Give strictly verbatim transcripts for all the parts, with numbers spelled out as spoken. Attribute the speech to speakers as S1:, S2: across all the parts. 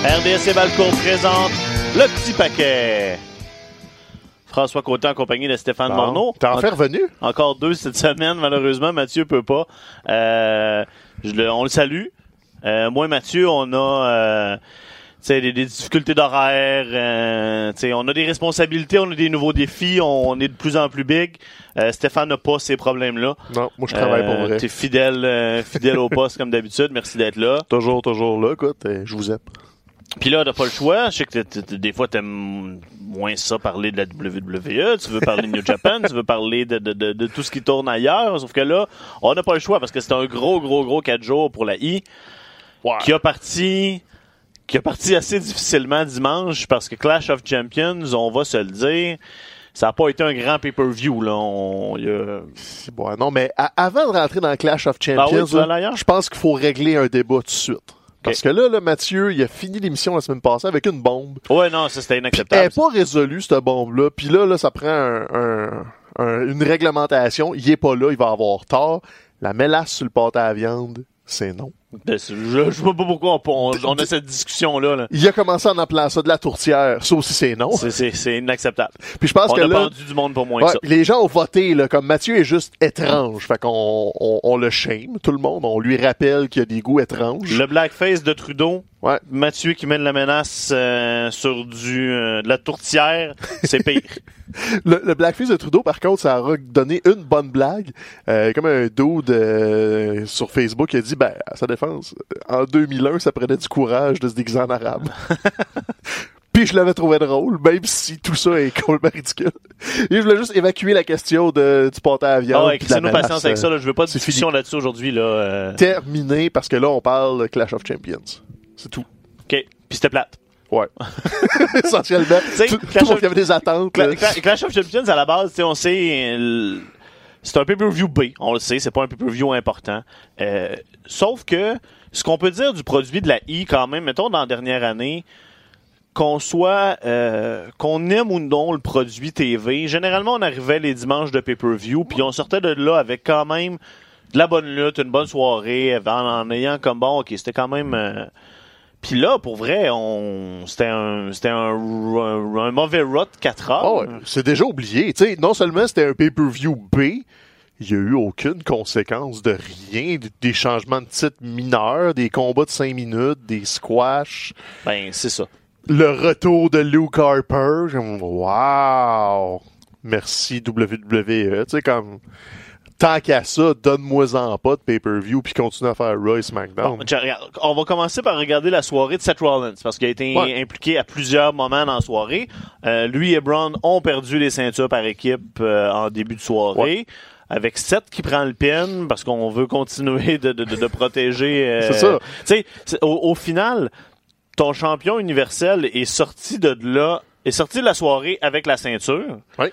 S1: R D S et Valcourt présente le petit paquet. François Côté en compagnie de Stéphane
S2: bon,
S1: Morneau.
S2: T'es enfin revenu?
S1: Encore deux cette semaine, malheureusement. Mathieu peut pas. Euh, je le, on le salue. Euh, moi et Mathieu, on a euh, des, des difficultés d'horaire. Euh, on a des responsabilités, on a des nouveaux défis. On, on est de plus en plus big. Euh, Stéphane n'a pas ces problèmes-là.
S2: Non, moi je travaille
S1: euh,
S2: pour vrai.
S1: T'es fidèle, euh, fidèle au poste comme d'habitude. Merci d'être là.
S2: Toujours, toujours là. Écoute, je vous aime.
S1: Puis là, t'as pas le choix. Je sais que t'es, t'es, t'es, des fois, t'aimes moins ça, parler de la W W E. Tu veux parler de New Japan. Tu veux parler de, de, de, de tout ce qui tourne ailleurs. Sauf que là, on n'a pas le choix parce que c'est un gros, gros, gros quatre jours pour la I. Wow. Qui a parti... qui a parti assez difficilement dimanche parce que Clash of Champions, on va se le dire, ça n'a pas été un grand pay-per-view. Là. On, y a...
S2: C'est bon. Non, mais à, avant de rentrer dans Clash of Champions,
S1: ah oui, là,
S2: je pense qu'il faut régler un débat tout de suite. Parce
S1: okay.
S2: que là, là, Mathieu, il a fini l'émission la semaine passée avec une bombe.
S1: Ouais, non, ça c'était inacceptable.
S2: Elle n'est pas résolue, cette bombe-là. Puis là, là, ça prend un, un, un, une réglementation. Il est pas là, il va avoir tort. La mélasse sur le pâté à viande, c'est non.
S1: Je, je sais pas pourquoi on, on, on a cette discussion-là. Là.
S2: Il a commencé en appelant ça de la tourtière. Ça aussi, c'est non.
S1: C'est, c'est, c'est inacceptable.
S2: Puis je pense
S1: on
S2: que
S1: a
S2: là,
S1: perdu du monde pour moins
S2: ouais,
S1: que ça.
S2: Les gens ont voté, là, comme Mathieu est juste étrange. Fait qu'on on, on le shame, tout le monde. On lui rappelle qu'il a des goûts étranges.
S1: Le blackface de Trudeau.
S2: Ouais.
S1: Mathieu qui mène la menace euh, sur du euh, de la tourtière, c'est pire.
S2: le, le blackface de Trudeau, par contre, ça a donné une bonne blague. Euh, comme un dude euh, sur Facebook qui a dit, ben, à sa défense, en deux mille un, ça prenait du courage de se déguiser en arabe. Puis je l'avais trouvé drôle, même si tout ça est complètement ridicule. Et je voulais juste évacuer la question de, du pâté à viande.
S1: Ah ouais, c'est nos patience avec ça. Là. Je veux pas de discussion
S2: fini.
S1: là-dessus aujourd'hui. Là, euh...
S2: Terminé, parce que là, on parle de Clash of Champions. C'est tout.
S1: OK. Puis c'était plate.
S2: Ouais. Essentiellement. Tout,
S1: Clash
S2: tout le monde
S1: of...
S2: qui avait des attentes.
S1: Cla- Cla- Clash of Champions, à la base, on sait... Euh, c'est un pay-per-view B, on le sait. C'est pas un pay-per-view important. Euh, sauf que, ce qu'on peut dire du produit de la I, quand même, mettons, dans la dernière année, qu'on soit... Euh, qu'on aime ou non le produit T V, généralement, on arrivait les dimanches de pay-per-view, puis on sortait de là avec quand même de la bonne lutte, une bonne soirée, en, en ayant comme bon, OK, c'était quand même... Euh, Puis là, pour vrai, on c'était un c'était un, un, un mauvais rot de quatre heures.
S2: Oh ouais, c'est déjà oublié. T'sais, non seulement c'était un pay-per-view B, il n'y a eu aucune conséquence de rien, des changements de titre mineurs, des combats de cinq minutes, des squash.
S1: Ben, c'est ça.
S2: Le retour de Luke Harper. Wow! Merci W W E. Tu sais, comme... Tant qu'à ça, donne-moi-en pas de pay-per-view puis continue à faire Raw et SmackDown.
S1: Bon, on va commencer par regarder la soirée de Seth Rollins parce qu'il a été ouais. impliqué à plusieurs moments dans la soirée. Euh, lui et Braun ont perdu les ceintures par équipe euh, en début de soirée. Ouais. Avec Seth qui prend le pin parce qu'on veut continuer de, de, de, de protéger. Euh,
S2: c'est ça.
S1: Tu sais, au, au final, ton champion universel est sorti de là, est sorti de la soirée avec la ceinture.
S2: Oui.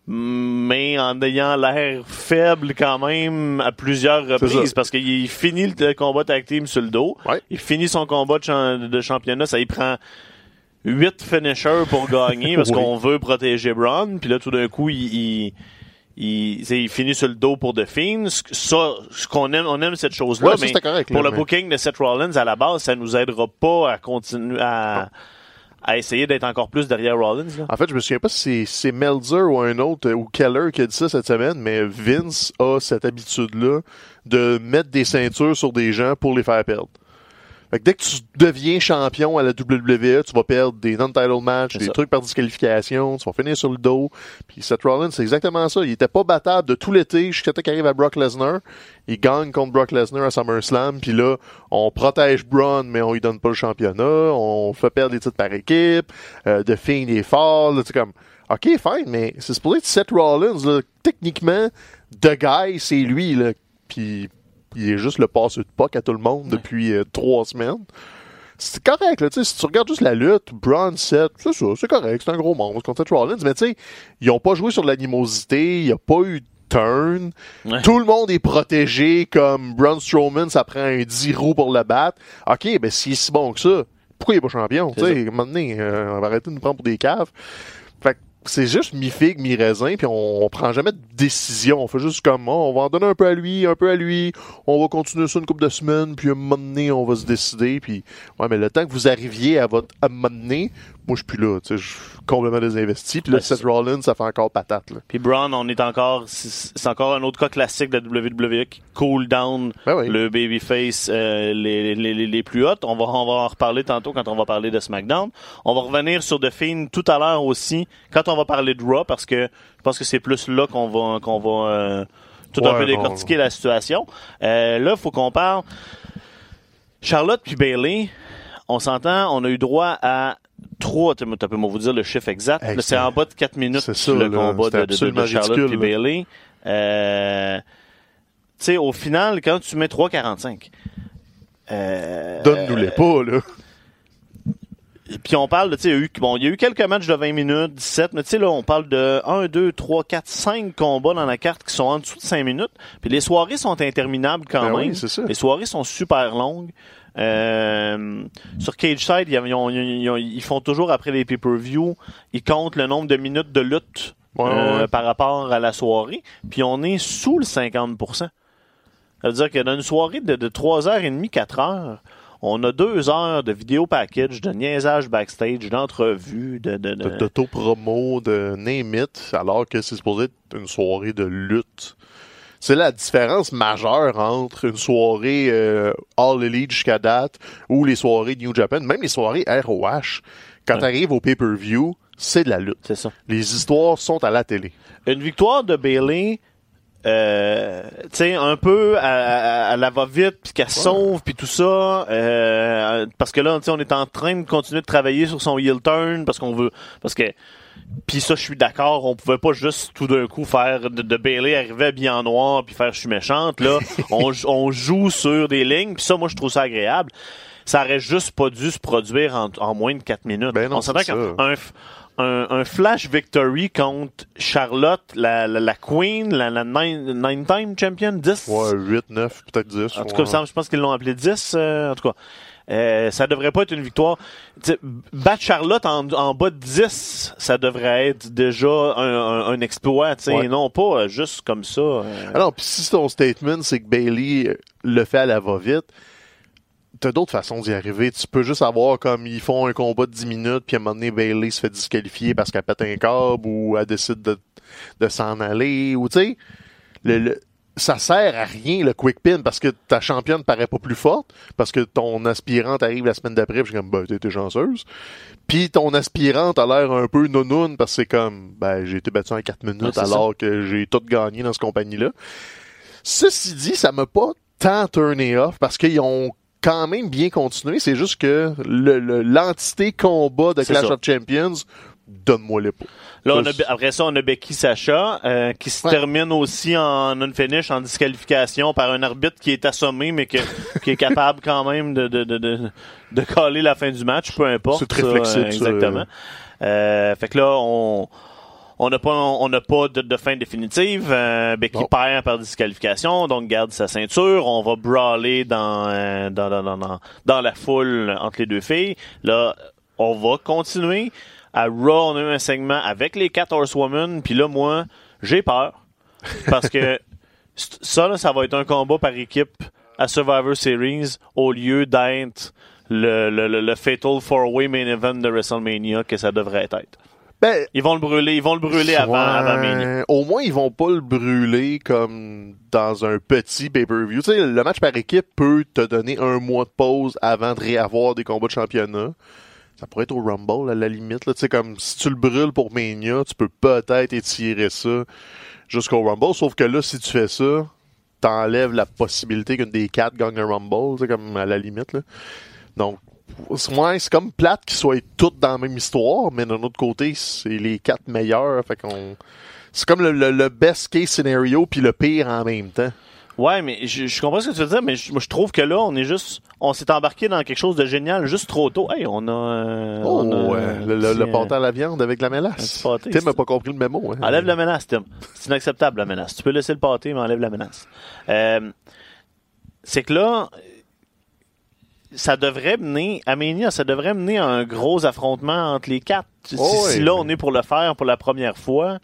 S1: Mais en ayant l'air faible quand même à plusieurs reprises parce qu'il finit le combat tag team sur le dos,
S2: ouais.
S1: il finit son combat de, champ- de championnat, ça y prend huit finishers pour gagner parce oui. qu'on veut protéger Braun, puis là tout d'un coup il, il, il, il finit sur le dos pour The Fiend. Ça, ce qu'on aime, on aime cette chose-là,
S2: ouais,
S1: mais
S2: ça, correct,
S1: pour
S2: là,
S1: le
S2: mais...
S1: booking de Seth Rollins à la base, ça nous aidera pas à continuer à... Oh. à essayer d'être encore plus derrière Rollins. Là.
S2: En fait, je me souviens pas si c'est, c'est Meltzer ou un autre, ou Keller qui a dit ça cette semaine, mais Vince a cette habitude-là de mettre des ceintures sur des gens pour les faire perdre. Fait que dès que tu deviens champion à la W W E, tu vas perdre des non-title matchs, c'est des ça. trucs par disqualification, tu vas finir sur le dos. Puis Seth Rollins, c'est exactement ça. Il était pas battable de tout l'été jusqu'à temps qu'il arrive à Brock Lesnar. Il gagne contre Brock Lesnar à SummerSlam, puis là, on protège Braun, mais on lui donne pas le championnat. On fait perdre les titres par équipe. Euh, The Fiend est fort. Là, c'est comme, OK, fine, mais c'est supposé être Seth Rollins. Là, techniquement, The Guy, c'est lui. Là, puis il est juste le passeur de puck à tout le monde ouais. depuis euh, trois semaines. C'est correct, là, tu sais, si tu regardes juste la lutte, Braun, Seth, c'est ça, c'est correct, c'est un gros monstre contre Seth Rollins, mais tu sais, ils ont pas joué sur l'animosité, il n'y a pas eu de turn, ouais. tout le monde est protégé, comme Braun Strowman, ça prend un dix roues pour le battre. OK, ben s'il est si bon que ça, pourquoi il est pas champion, tu sais, à un moment donné, euh, on va arrêter de nous prendre pour des caves. Fait c'est juste mi-figue, mi-raisin, puis on, on prend jamais de décision. On fait juste comme, oh, on va en donner un peu à lui, un peu à lui, on va continuer ça une couple de semaines, puis à un moment donné, on va se décider, puis ouais, mais le temps que vous arriviez à votre à un moment donné, moi, je suis plus là, tu sais, je suis complètement désinvesti, puis là,
S1: Ouais,
S2: Seth Rollins, ça fait encore patate, là.
S1: Puis Braun, on est encore, c'est, c'est encore un autre cas classique de la W W E qui cool down
S2: Ben oui.
S1: le babyface euh, les, les, les, les plus hautes. On va, on va en reparler tantôt quand on va parler de SmackDown. On va revenir sur The Fiend tout à l'heure aussi quand on va parler de Raw parce que je pense que c'est plus là qu'on va, qu'on va euh, tout
S2: Ouais,
S1: un peu
S2: bon.
S1: décortiquer la situation. Euh, là, il faut qu'on parle. Charlotte puis Bayley, on s'entend, on a eu droit à trois, tu peux vous dire le chiffre exact.
S2: Hey,
S1: là, c'est en bas de quatre minutes
S2: c'est ça,
S1: le
S2: là,
S1: combat de, de, de,
S2: absolument
S1: de Charlotte
S2: ridicule,
S1: puis
S2: là.
S1: Bayley. Euh, tu sais, au final, quand tu mets trois quarante-cinq, euh,
S2: Donne-nous-les pas, là.
S1: puis on parle de, tu sais, il y a eu, bon, il y a eu quelques matchs de vingt minutes, dix-sept, mais tu sais, là, on parle de un, deux, trois, quatre, cinq combats dans la carte qui sont en dessous de cinq minutes. Puis les soirées sont interminables quand
S2: Ben
S1: même.
S2: oui, c'est ça.
S1: Les soirées sont super longues. Euh, sur Cage Side, ils, ils, ont- ils ont- ils font toujours après les pay-per-view, ils comptent le nombre de minutes de lutte
S2: Ouais,
S1: euh,
S2: ouais.
S1: par rapport à la soirée, puis on est sous le cinquante pour cent. Ça veut dire que dans une soirée de, de trois heures trente, quatre heures, on a deux heures de vidéo package, de niaisage backstage, d'entrevues, de... de, de...
S2: de- d'auto-promo, de name it, alors que c'est supposé être une soirée de lutte. C'est la différence majeure entre une soirée euh, All Elite jusqu'à date ou les soirées New Japan, même les soirées R O H. Quand
S1: Ouais.
S2: t'arrives au pay-per-view, c'est de la lutte.
S1: C'est ça.
S2: Les histoires sont à la télé.
S1: Une victoire de Bayley, euh, tu sais, un peu à, à, à la va-vite, puis qu'elle sauve, puis tout ça, euh, parce que là, tu sais, on est en train de continuer de travailler sur son heel turn, parce qu'on veut, parce que, puis ça, je suis d'accord, on pouvait pas juste tout d'un coup faire de, de Bayley arriver habillée en noir puis faire je suis méchante, là. on, on joue sur des lignes, puis ça, moi, je trouve ça agréable. Ça aurait juste pas dû se produire en, en moins de quatre minutes.
S2: Ben non,
S1: on s'entend
S2: c'est
S1: qu'un
S2: ça.
S1: un, un, un flash victory contre Charlotte, la, la, la Queen, la, la nine, nine time champion, dix.
S2: Ouais, huit, neuf, peut-être dix.
S1: En tout
S2: ouais.
S1: cas, il me semble, je pense qu'ils l'ont appelé dix. Euh, en tout cas, euh, ça devrait pas être une victoire. T'sais, battre Charlotte en, en bas de dix, ça devrait être déjà un, un, un exploit, t'sais,
S2: Ouais.
S1: et non pas euh, juste comme ça. euh.
S2: Alors, puis si ton statement, c'est que Bailey le fait à la va-vite, t'as d'autres façons d'y arriver. Tu peux juste avoir comme ils font un combat de dix minutes, puis à un moment donné, Bailey se fait disqualifier parce qu'elle pète un câble ou elle décide de, de s'en aller, ou tu sais, le, le- ça sert à rien le quick pin parce que ta championne paraît pas plus forte, parce que ton aspirante arrive la semaine d'après, puis je suis comme, ben, t'es t'es chanceuse. Puis ton aspirante a l'air un peu nounoun parce que c'est comme, ben, j'ai été battu en quatre minutes
S1: Ouais, c'est
S2: alors que j'ai tout gagné dans cette compagnie-là. Ceci dit, ça m'a pas tant turné off parce qu'ils ont quand même bien continué. C'est juste que le, le- l'entité combat de
S1: C'est
S2: Clash
S1: ça.
S2: of Champions, donne-moi les pas.
S1: Là, on a,
S2: Ça,
S1: après ça, on a Becky Sacha, euh, qui se
S2: Ouais.
S1: termine aussi en non-finish, en disqualification par un arbitre qui est assommé, mais que, qui est capable quand même de, de, de, de, de caler la fin du match, peu importe.
S2: C'est très flexible,
S1: euh,
S2: ça.
S1: exactement. Euh, fait que là, on... On n'a pas, on n'a pas de, de fin définitive. Euh, Becky
S2: Non.
S1: perd par disqualification, donc garde sa ceinture. On va brawler dans, euh, dans, dans, dans, dans, dans la foule entre les deux filles. Là, on va continuer. À Raw, on a eu un segment avec les quatre Horsewomen. Puis là, moi, j'ai peur. Parce que c- ça, là, ça va être un combat par équipe à Survivor Series au lieu d'être le, le, le, le Fatal four-way main event de WrestleMania que ça devrait être.
S2: ben,
S1: Ils vont le brûler, ils vont le brûler avant,
S2: ouais,
S1: avant Mania.
S2: Au moins, ils vont pas le brûler comme dans un petit pay-per-view. Tu sais, le match par équipe peut te donner un mois de pause avant de réavoir des combats de championnat. Ça pourrait être au Rumble, à la limite. Là. Tu sais, comme si tu le brûles pour Mania, tu peux peut-être étirer ça jusqu'au Rumble. Sauf que là, si tu fais ça, t'enlèves la possibilité qu'une des quatre gagne un Rumble, tu sais, comme à la limite. Là. Donc, ouais, c'est comme plate qu'ils soient toutes dans la même histoire, mais d'un autre côté, c'est les quatre meilleurs. Fait qu'on... C'est comme le, le, le best case scenario puis le pire en même temps.
S1: Ouais, mais je, je comprends ce que tu veux dire, mais je, moi, je trouve que là, on est juste, on s'est embarqué dans quelque chose de génial juste trop tôt. Hey, on a, euh,
S2: Oh,
S1: on a
S2: ouais,
S1: un
S2: le, le,
S1: petit,
S2: le
S1: euh,
S2: pâté à la viande avec la
S1: un
S2: mélasse.
S1: petit pâté,
S2: Tim
S1: c'est-
S2: n'a pas compris le mémo. Hein.
S1: Enlève la menace, Tim. C'est inacceptable, la menace. Tu peux laisser le pâté, mais enlève la menace. Euh, c'est que là, ça devrait mener, à Mania, ça devrait mener à un gros affrontement entre les quatre.
S2: Oh,
S1: si,
S2: oui,
S1: si là,
S2: oui.
S1: on est pour le faire pour la première fois.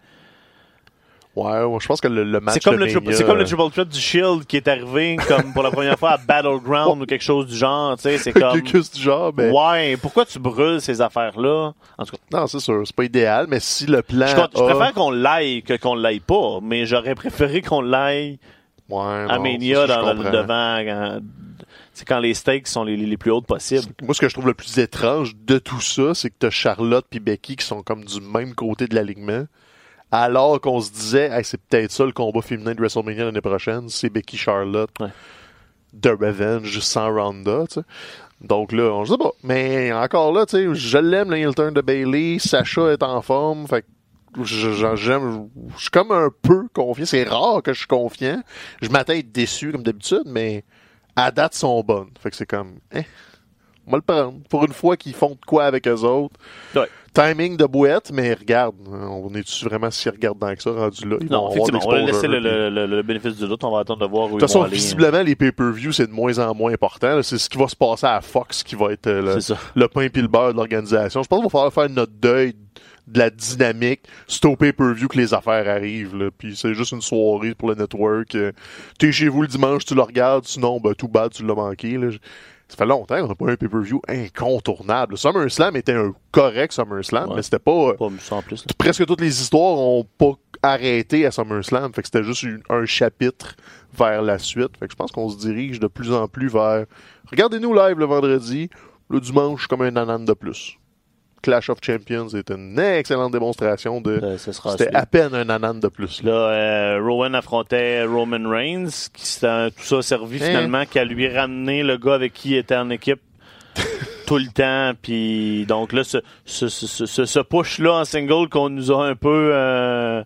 S2: Ouais, ouais, je pense que le, le match
S1: C'est comme,
S2: de
S1: le
S2: Mania,
S1: triple, c'est comme le Triple Threat du Shield qui est arrivé comme pour la première fois à Battleground ou quelque chose du genre. Tu sais, c'est comme...
S2: quelque chose du genre, mais...
S1: Ouais, pourquoi tu brûles ces affaires-là? En tout cas,
S2: Non, c'est sûr, c'est pas idéal, mais si le plan
S1: je, je
S2: a...
S1: préfère qu'on l'aille que qu'on l'aille pas, mais j'aurais préféré qu'on l'aille
S2: Ouais,
S1: à
S2: non,
S1: Mania
S2: ça,
S1: dans
S2: je
S1: le
S2: comprends.
S1: devant. Quand, c'est quand les stakes sont les, les plus hautes possibles.
S2: Moi, ce que je trouve le plus étrange de tout ça, c'est que t'as Charlotte puis Becky qui sont comme du même côté de l'alignement, alors qu'on se disait, hey, c'est peut-être ça le combat féminin de WrestleMania l'année prochaine, c'est Becky Charlotte
S1: Ouais.
S2: de Revenge sans Ronda, tu sais. Donc là, on sait pas. Mais encore là, tu sais, je l'aime, le heel turn de Bayley, Sacha est en forme, fait que je- je- j'aime, je suis comme un peu confiant. C'est rare que je suis confiant. Je m'attends à être déçu comme d'habitude, mais à date, sont bonnes. Fait que c'est comme, eh, on va le prendre. Pour une fois qu'ils font de quoi avec eux autres.
S1: Ouais.
S2: Timing de bouette, mais regarde, on est-tu vraiment si regardant que ça, rendu là? Ils vont
S1: Non,
S2: avoir
S1: effectivement, on va laisser
S2: l'exposure,
S1: le,
S2: puis-
S1: le, le, le bénéfice du doute. On va attendre de voir où
S2: de toute
S1: ils vont
S2: façon,
S1: aller.
S2: visiblement, les pay-per-views, c'est de moins en moins important. là. C'est ce qui va se passer à Fox qui va être euh, le,
S1: C'est ça.
S2: le pain et le beurre de l'organisation. Je pense qu'il va falloir faire notre deuil de la dynamique. C'est au pay-per-view que les affaires arrivent. Là. Puis c'est juste une soirée pour le network. Euh, T'es chez vous le dimanche, tu le regardes. Sinon, ben, tout bad, tu l'as manqué. Là. Ça fait longtemps qu'on n'a pas eu un pay-per-view incontournable. SummerSlam était un correct SummerSlam,
S1: Ouais.
S2: mais c'était pas... euh,
S1: Pas ça en plus. là.
S2: presque toutes les histoires ont pas arrêté à SummerSlam. Fait que c'était juste une- un chapitre vers la suite. Fait que je pense qu'on se dirige de plus en plus vers... Regardez-nous live le vendredi. Le dimanche, comme un nanan de plus. Clash of Champions est une excellente démonstration de...
S1: Euh, ce sera
S2: C'était
S1: suivi.
S2: à peine un nanan de plus.
S1: Là, euh, Rowan affrontait Roman Reigns, qui s'est tout ça a servi
S2: Hein?
S1: finalement qu'à lui ramener le gars avec qui il était en équipe tout le temps. Puis donc là, ce, ce, ce, ce, ce push-là en single qu'on nous a un peu euh,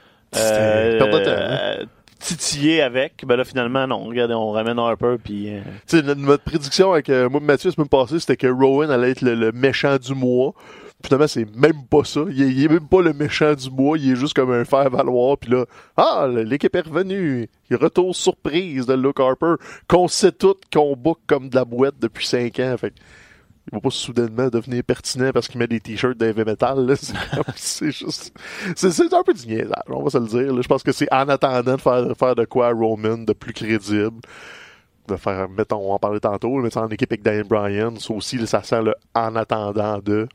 S2: C'était perte de temps, hein?
S1: euh, titillé avec, ben là finalement non. Regardez, on ramène Harper puis euh,
S2: Tu sais, notre, notre prédiction avec euh, moi et Mathieu la semaine passée, c'était que Rowan allait être le, le méchant du mois. Finalement, c'est même pas ça. Il est, il est même pas le méchant du mois. Il est juste comme un faire-valoir. Puis là, ah, l'équipe est revenue. Il retourne surprise de Luke Harper, qu'on sait tout qu'on book comme de la boîte depuis cinq ans. Fait que il va pas soudainement devenir pertinent parce qu'il met des t-shirts d'heavy metal. Là. C'est, c'est juste... C'est, c'est un peu du niaisage, on va se le dire. Là. Je pense que c'est en attendant de faire, faire de quoi à Roman de plus crédible. De faire, mettons, on en parlait tantôt, mais en équipe avec Daniel Bryan, ça aussi, là, ça sent le en attendant de...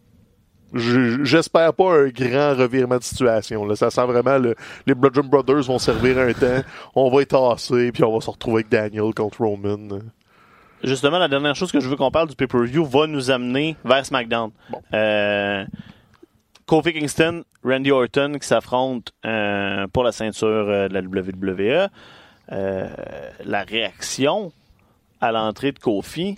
S2: Je- J'espère pas un grand revirement de situation. Là. Ça sent vraiment le, les Bludgeon Brothers vont servir un temps, on va être tassés, puis on va se retrouver avec Daniel contre Roman.
S1: justement, la dernière chose que je veux qu'on parle du pay-per-view va nous amener vers SmackDown.
S2: Bon.
S1: Euh, Kofi Kingston, Randy Orton qui s'affrontent euh, pour la ceinture euh, de la W W E. Euh, la réaction à l'entrée de Kofi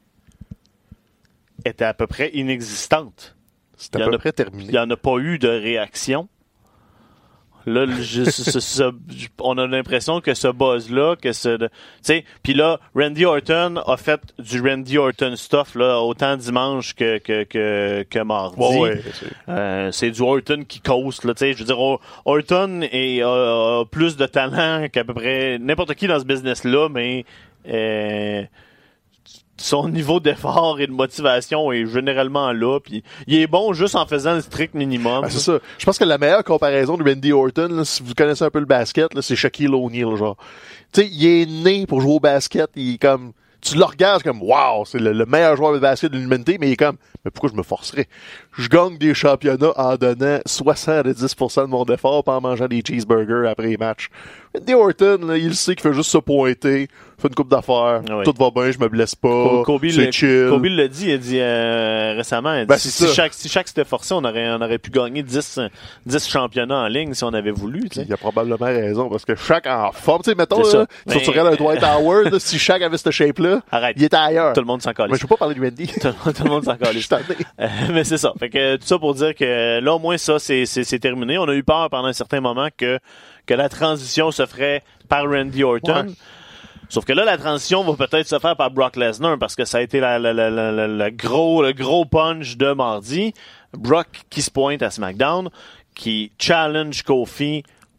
S1: était à peu près inexistante.
S2: C'est
S1: Il y
S2: à
S1: en
S2: peu
S1: a-
S2: près terminé.
S1: Il n'y en a pas eu de réaction. Là, le- je- ce- ce- on a l'impression que ce buzz-là, que ce, tu sais, puis là, Randy Orton a fait du Randy Orton stuff là, autant dimanche que que que, que mardi.
S2: Ouais, ouais, c'est-
S1: Euh, c'est du Orton qui cause, là, tu sais. Je veux dire, Or- Orton est, a, a plus de talent qu'à peu près n'importe qui dans ce business-là, mais euh, son niveau d'effort et de motivation est généralement là. Puis il est bon juste en faisant le strict minimum.
S2: Ah, c'est ça. Je pense que la meilleure comparaison de Randy Orton, là, si vous connaissez un peu le basket, là, c'est Shaquille O'Neal, genre. Tu sais, il est né pour jouer au basket, il est comme... Tu le regardes comme, wow, c'est le, le meilleur joueur de basket de l'humanité, mais il est comme, mais pourquoi je me forcerais? Je gagne des championnats en donnant soixante-dix pour cent de mon effort pas en mangeant des cheeseburgers après les matchs. Randy Orton, là, il sait qu'il fait juste se pointer, fait une coupe d'affaires,
S1: Ah oui.
S2: tout va bien, je me blesse pas,
S1: Co- Kobe,
S2: c'est
S1: le-
S2: chill.
S1: Kobe l'a dit, il a dit euh, récemment, il a dit,
S2: Ben,
S1: si,
S2: c'est
S1: si
S2: ça.
S1: chaque si chaque s'était forcé, on aurait on aurait pu gagner dix, dix championnats en ligne si on avait voulu. Tu
S2: Puis
S1: sais.
S2: il a probablement raison, parce que Shaq en forme, tu sais, mettons,
S1: C'est
S2: là,
S1: ça.
S2: tu
S1: Mais-
S2: tu regardes un Dwight Howard, là, si Shaq avait cette shape-là,
S1: Arrête.
S2: il était ailleurs.
S1: Tout le monde s'en
S2: Mais
S1: calisse.
S2: je peux pas parler de Randy.
S1: Tout, tout le monde s'en
S2: Je
S1: calisse.
S2: suis tanné.
S1: Euh, mais c'est ça. Fait que tout ça pour dire que là au moins ça c'est c'est c'est terminé. On a eu peur pendant un certain moment que que la transition se ferait par Randy Orton.
S2: Ouais.
S1: Sauf que là la transition va peut-être se faire par Brock Lesnar parce que ça a été la, la, la, la, la- la gros le gros punch de mardi. Brock qui se pointe à SmackDown, qui challenge Kofi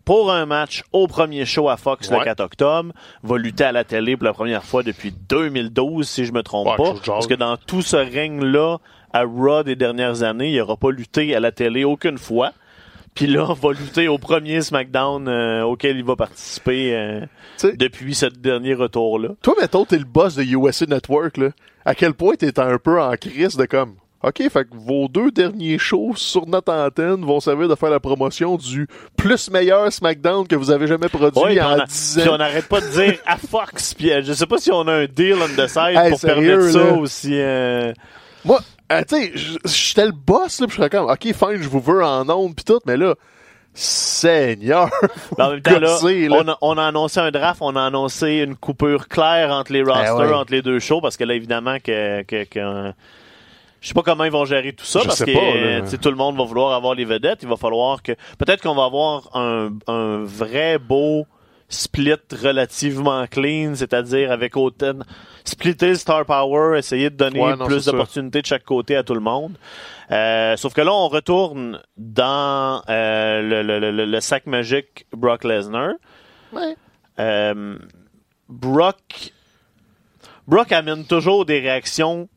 S1: pour un match au premier show à Fox
S2: ouais.
S1: le quatre octobre, va lutter à la télé pour la première fois depuis deux mille douze, si je me trompe
S2: ouais,
S1: pas. Parce que dans tout ce règne-là, à Raw des dernières années, il n'aura pas lutté à la télé aucune fois. Puis là, on va lutter au premier SmackDown euh, auquel il va participer euh, depuis ce dernier retour-là.
S2: Toi, mettons, t'es le boss de U S A Network, là. À quel point t'es un peu en crise de comme... OK, fait que vos deux derniers shows sur notre antenne vont servir de faire la promotion du plus meilleur SmackDown que vous avez jamais produit
S1: ouais,
S2: en
S1: a,
S2: dix ans.
S1: Puis on n'arrête pas de dire à Fox. Puis euh, je sais pas si on a un deal on the side
S2: hey,
S1: pour
S2: sérieux,
S1: permettre ça
S2: là.
S1: aussi. Euh...
S2: Moi, euh, tu sais, j'étais le boss, là, pis je serais comme, OK, fine, je vous veux en ondes pis tout, mais là, Seigneur!
S1: Ben, en même temps, là,
S2: gosser, là.
S1: On, a, on a annoncé un draft, on a annoncé une coupure claire entre les rosters,
S2: eh ouais.
S1: entre les deux shows, parce que là, évidemment, que... que, que je sais pas comment ils vont gérer tout ça,
S2: je
S1: parce que pas, tout le monde va vouloir avoir les vedettes. Il va falloir que... Peut-être qu'on va avoir un, un vrai beau split relativement clean, c'est-à-dire avec autant... Splitter Star Power, essayer de donner
S2: ouais, non,
S1: plus d'opportunités de chaque côté à tout le monde. Euh, sauf que là, on retourne dans euh, le, le, le, le sac magique Brock Lesnar.
S2: Ouais.
S1: Euh, Brock... Brock amène toujours des réactions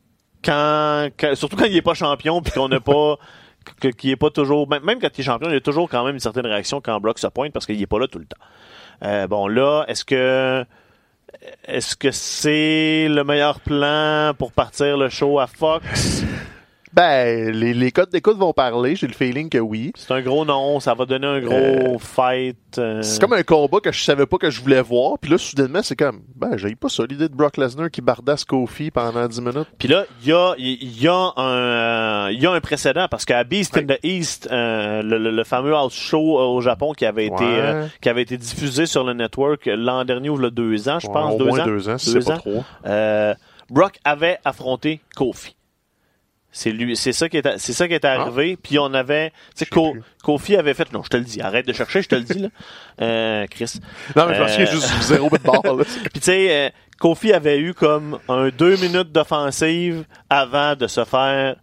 S1: Quand, quand, surtout quand il est pas champion puis qu'on n'a pas que, qu'il est pas toujours même, même quand il est champion, il y a toujours quand même une certaine réaction quand Brock se pointe parce qu'il est pas là tout le temps. Euh, bon là, est-ce que est-ce que c'est le meilleur plan pour partir le show à Fox?
S2: Ben, les, les codes d'écoute vont parler, j'ai le feeling que oui.
S1: C'est un gros nom, ça va donner un gros euh, fight. Euh...
S2: C'est comme un combat que je savais pas que je voulais voir, puis là, soudainement, c'est comme, ben, j'ai pas ça, l'idée de Brock Lesnar qui bardasse Kofi pendant dix minutes.
S1: Puis là, il y a, il y a un, il y a un précédent, parce qu'à Beast ouais. in the East, euh, le, le, le fameux house show au Japon qui avait été,
S2: ouais.
S1: euh, qui avait été diffusé sur le network l'an dernier ou le deux ans, je
S2: ouais,
S1: pense,
S2: au
S1: deux
S2: moins
S1: ans.
S2: deux ans, si
S1: deux
S2: c'est
S1: ans.
S2: pas trop.
S1: Euh, Brock avait affronté Kofi. C'est lui, c'est ça qui est, c'est ça qui est arrivé. Ah. Puis on avait, tu sais, Ko, Kofi avait fait, non, je te le dis, arrête de chercher, je te le dis là, euh, Chris.
S2: Non mais je pense qu'il y a juste zéro bit de barre là.
S1: Puis tu sais, euh, Kofi avait eu comme un deux minutes d'offensive avant de se faire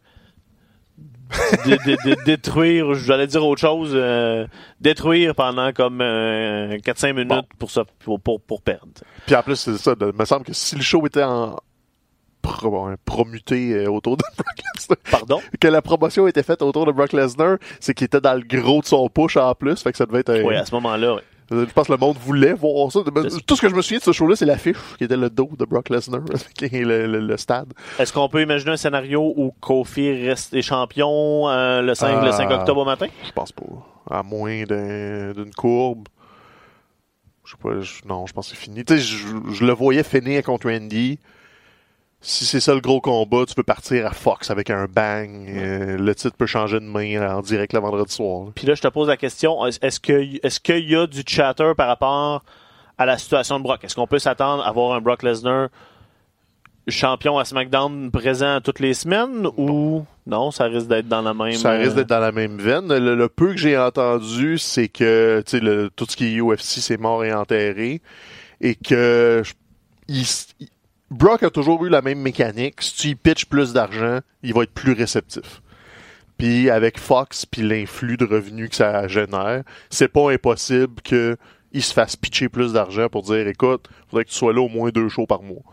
S1: de, de, de, détruire, j'allais dire autre chose, euh, détruire pendant comme euh, quatre cinq minutes bon. pour, ça, pour, pour, pour perdre.
S2: Puis en plus, c'est ça, il me semble que si le show était en Pro, promuté autour de Brock Lesnar.
S1: Pardon?
S2: Que la promotion était faite autour de Brock Lesnar, c'est qu'il était dans le gros de son push en plus, fait que ça devait être...
S1: Oui, à ce moment-là, oui.
S2: Je pense que le monde voulait voir ça. Tout ce que je me souviens de ce show-là, c'est l'affiche qui était le dos de Brock Lesnar, qui est le, le, le stade.
S1: Est-ce qu'on peut imaginer un scénario où Kofi reste champion euh, le, cinq, euh, le cinq octobre au matin?
S2: Je pense pas. À moins d'un, d'une courbe. Je sais pas, je, non, je pense que c'est fini. Tu sais, je, je le voyais finir contre Randy. Si c'est ça le gros combat, tu peux partir à Fox avec un bang. Euh, le titre peut changer de main en direct le vendredi soir.
S1: Puis là, je te pose la question, est-ce que est-ce qu'il y a du chatter par rapport à la situation de Brock? Est-ce qu'on peut s'attendre à avoir un Brock Lesnar champion à SmackDown présent toutes les semaines ou non, ça risque d'être dans la même...
S2: Ça risque d'être dans la même veine. Le, le peu que j'ai entendu, c'est que tu sais, le, tout ce qui est U F C, c'est mort et enterré. Et que il, il Brock a toujours eu la même mécanique. Si tu y pitches plus d'argent, il va être plus réceptif. Puis avec Fox puis l'influx de revenus que ça génère, c'est pas impossible qu'il se fasse pitcher plus d'argent pour dire, écoute, il faudrait que tu sois là au moins deux shows par mois.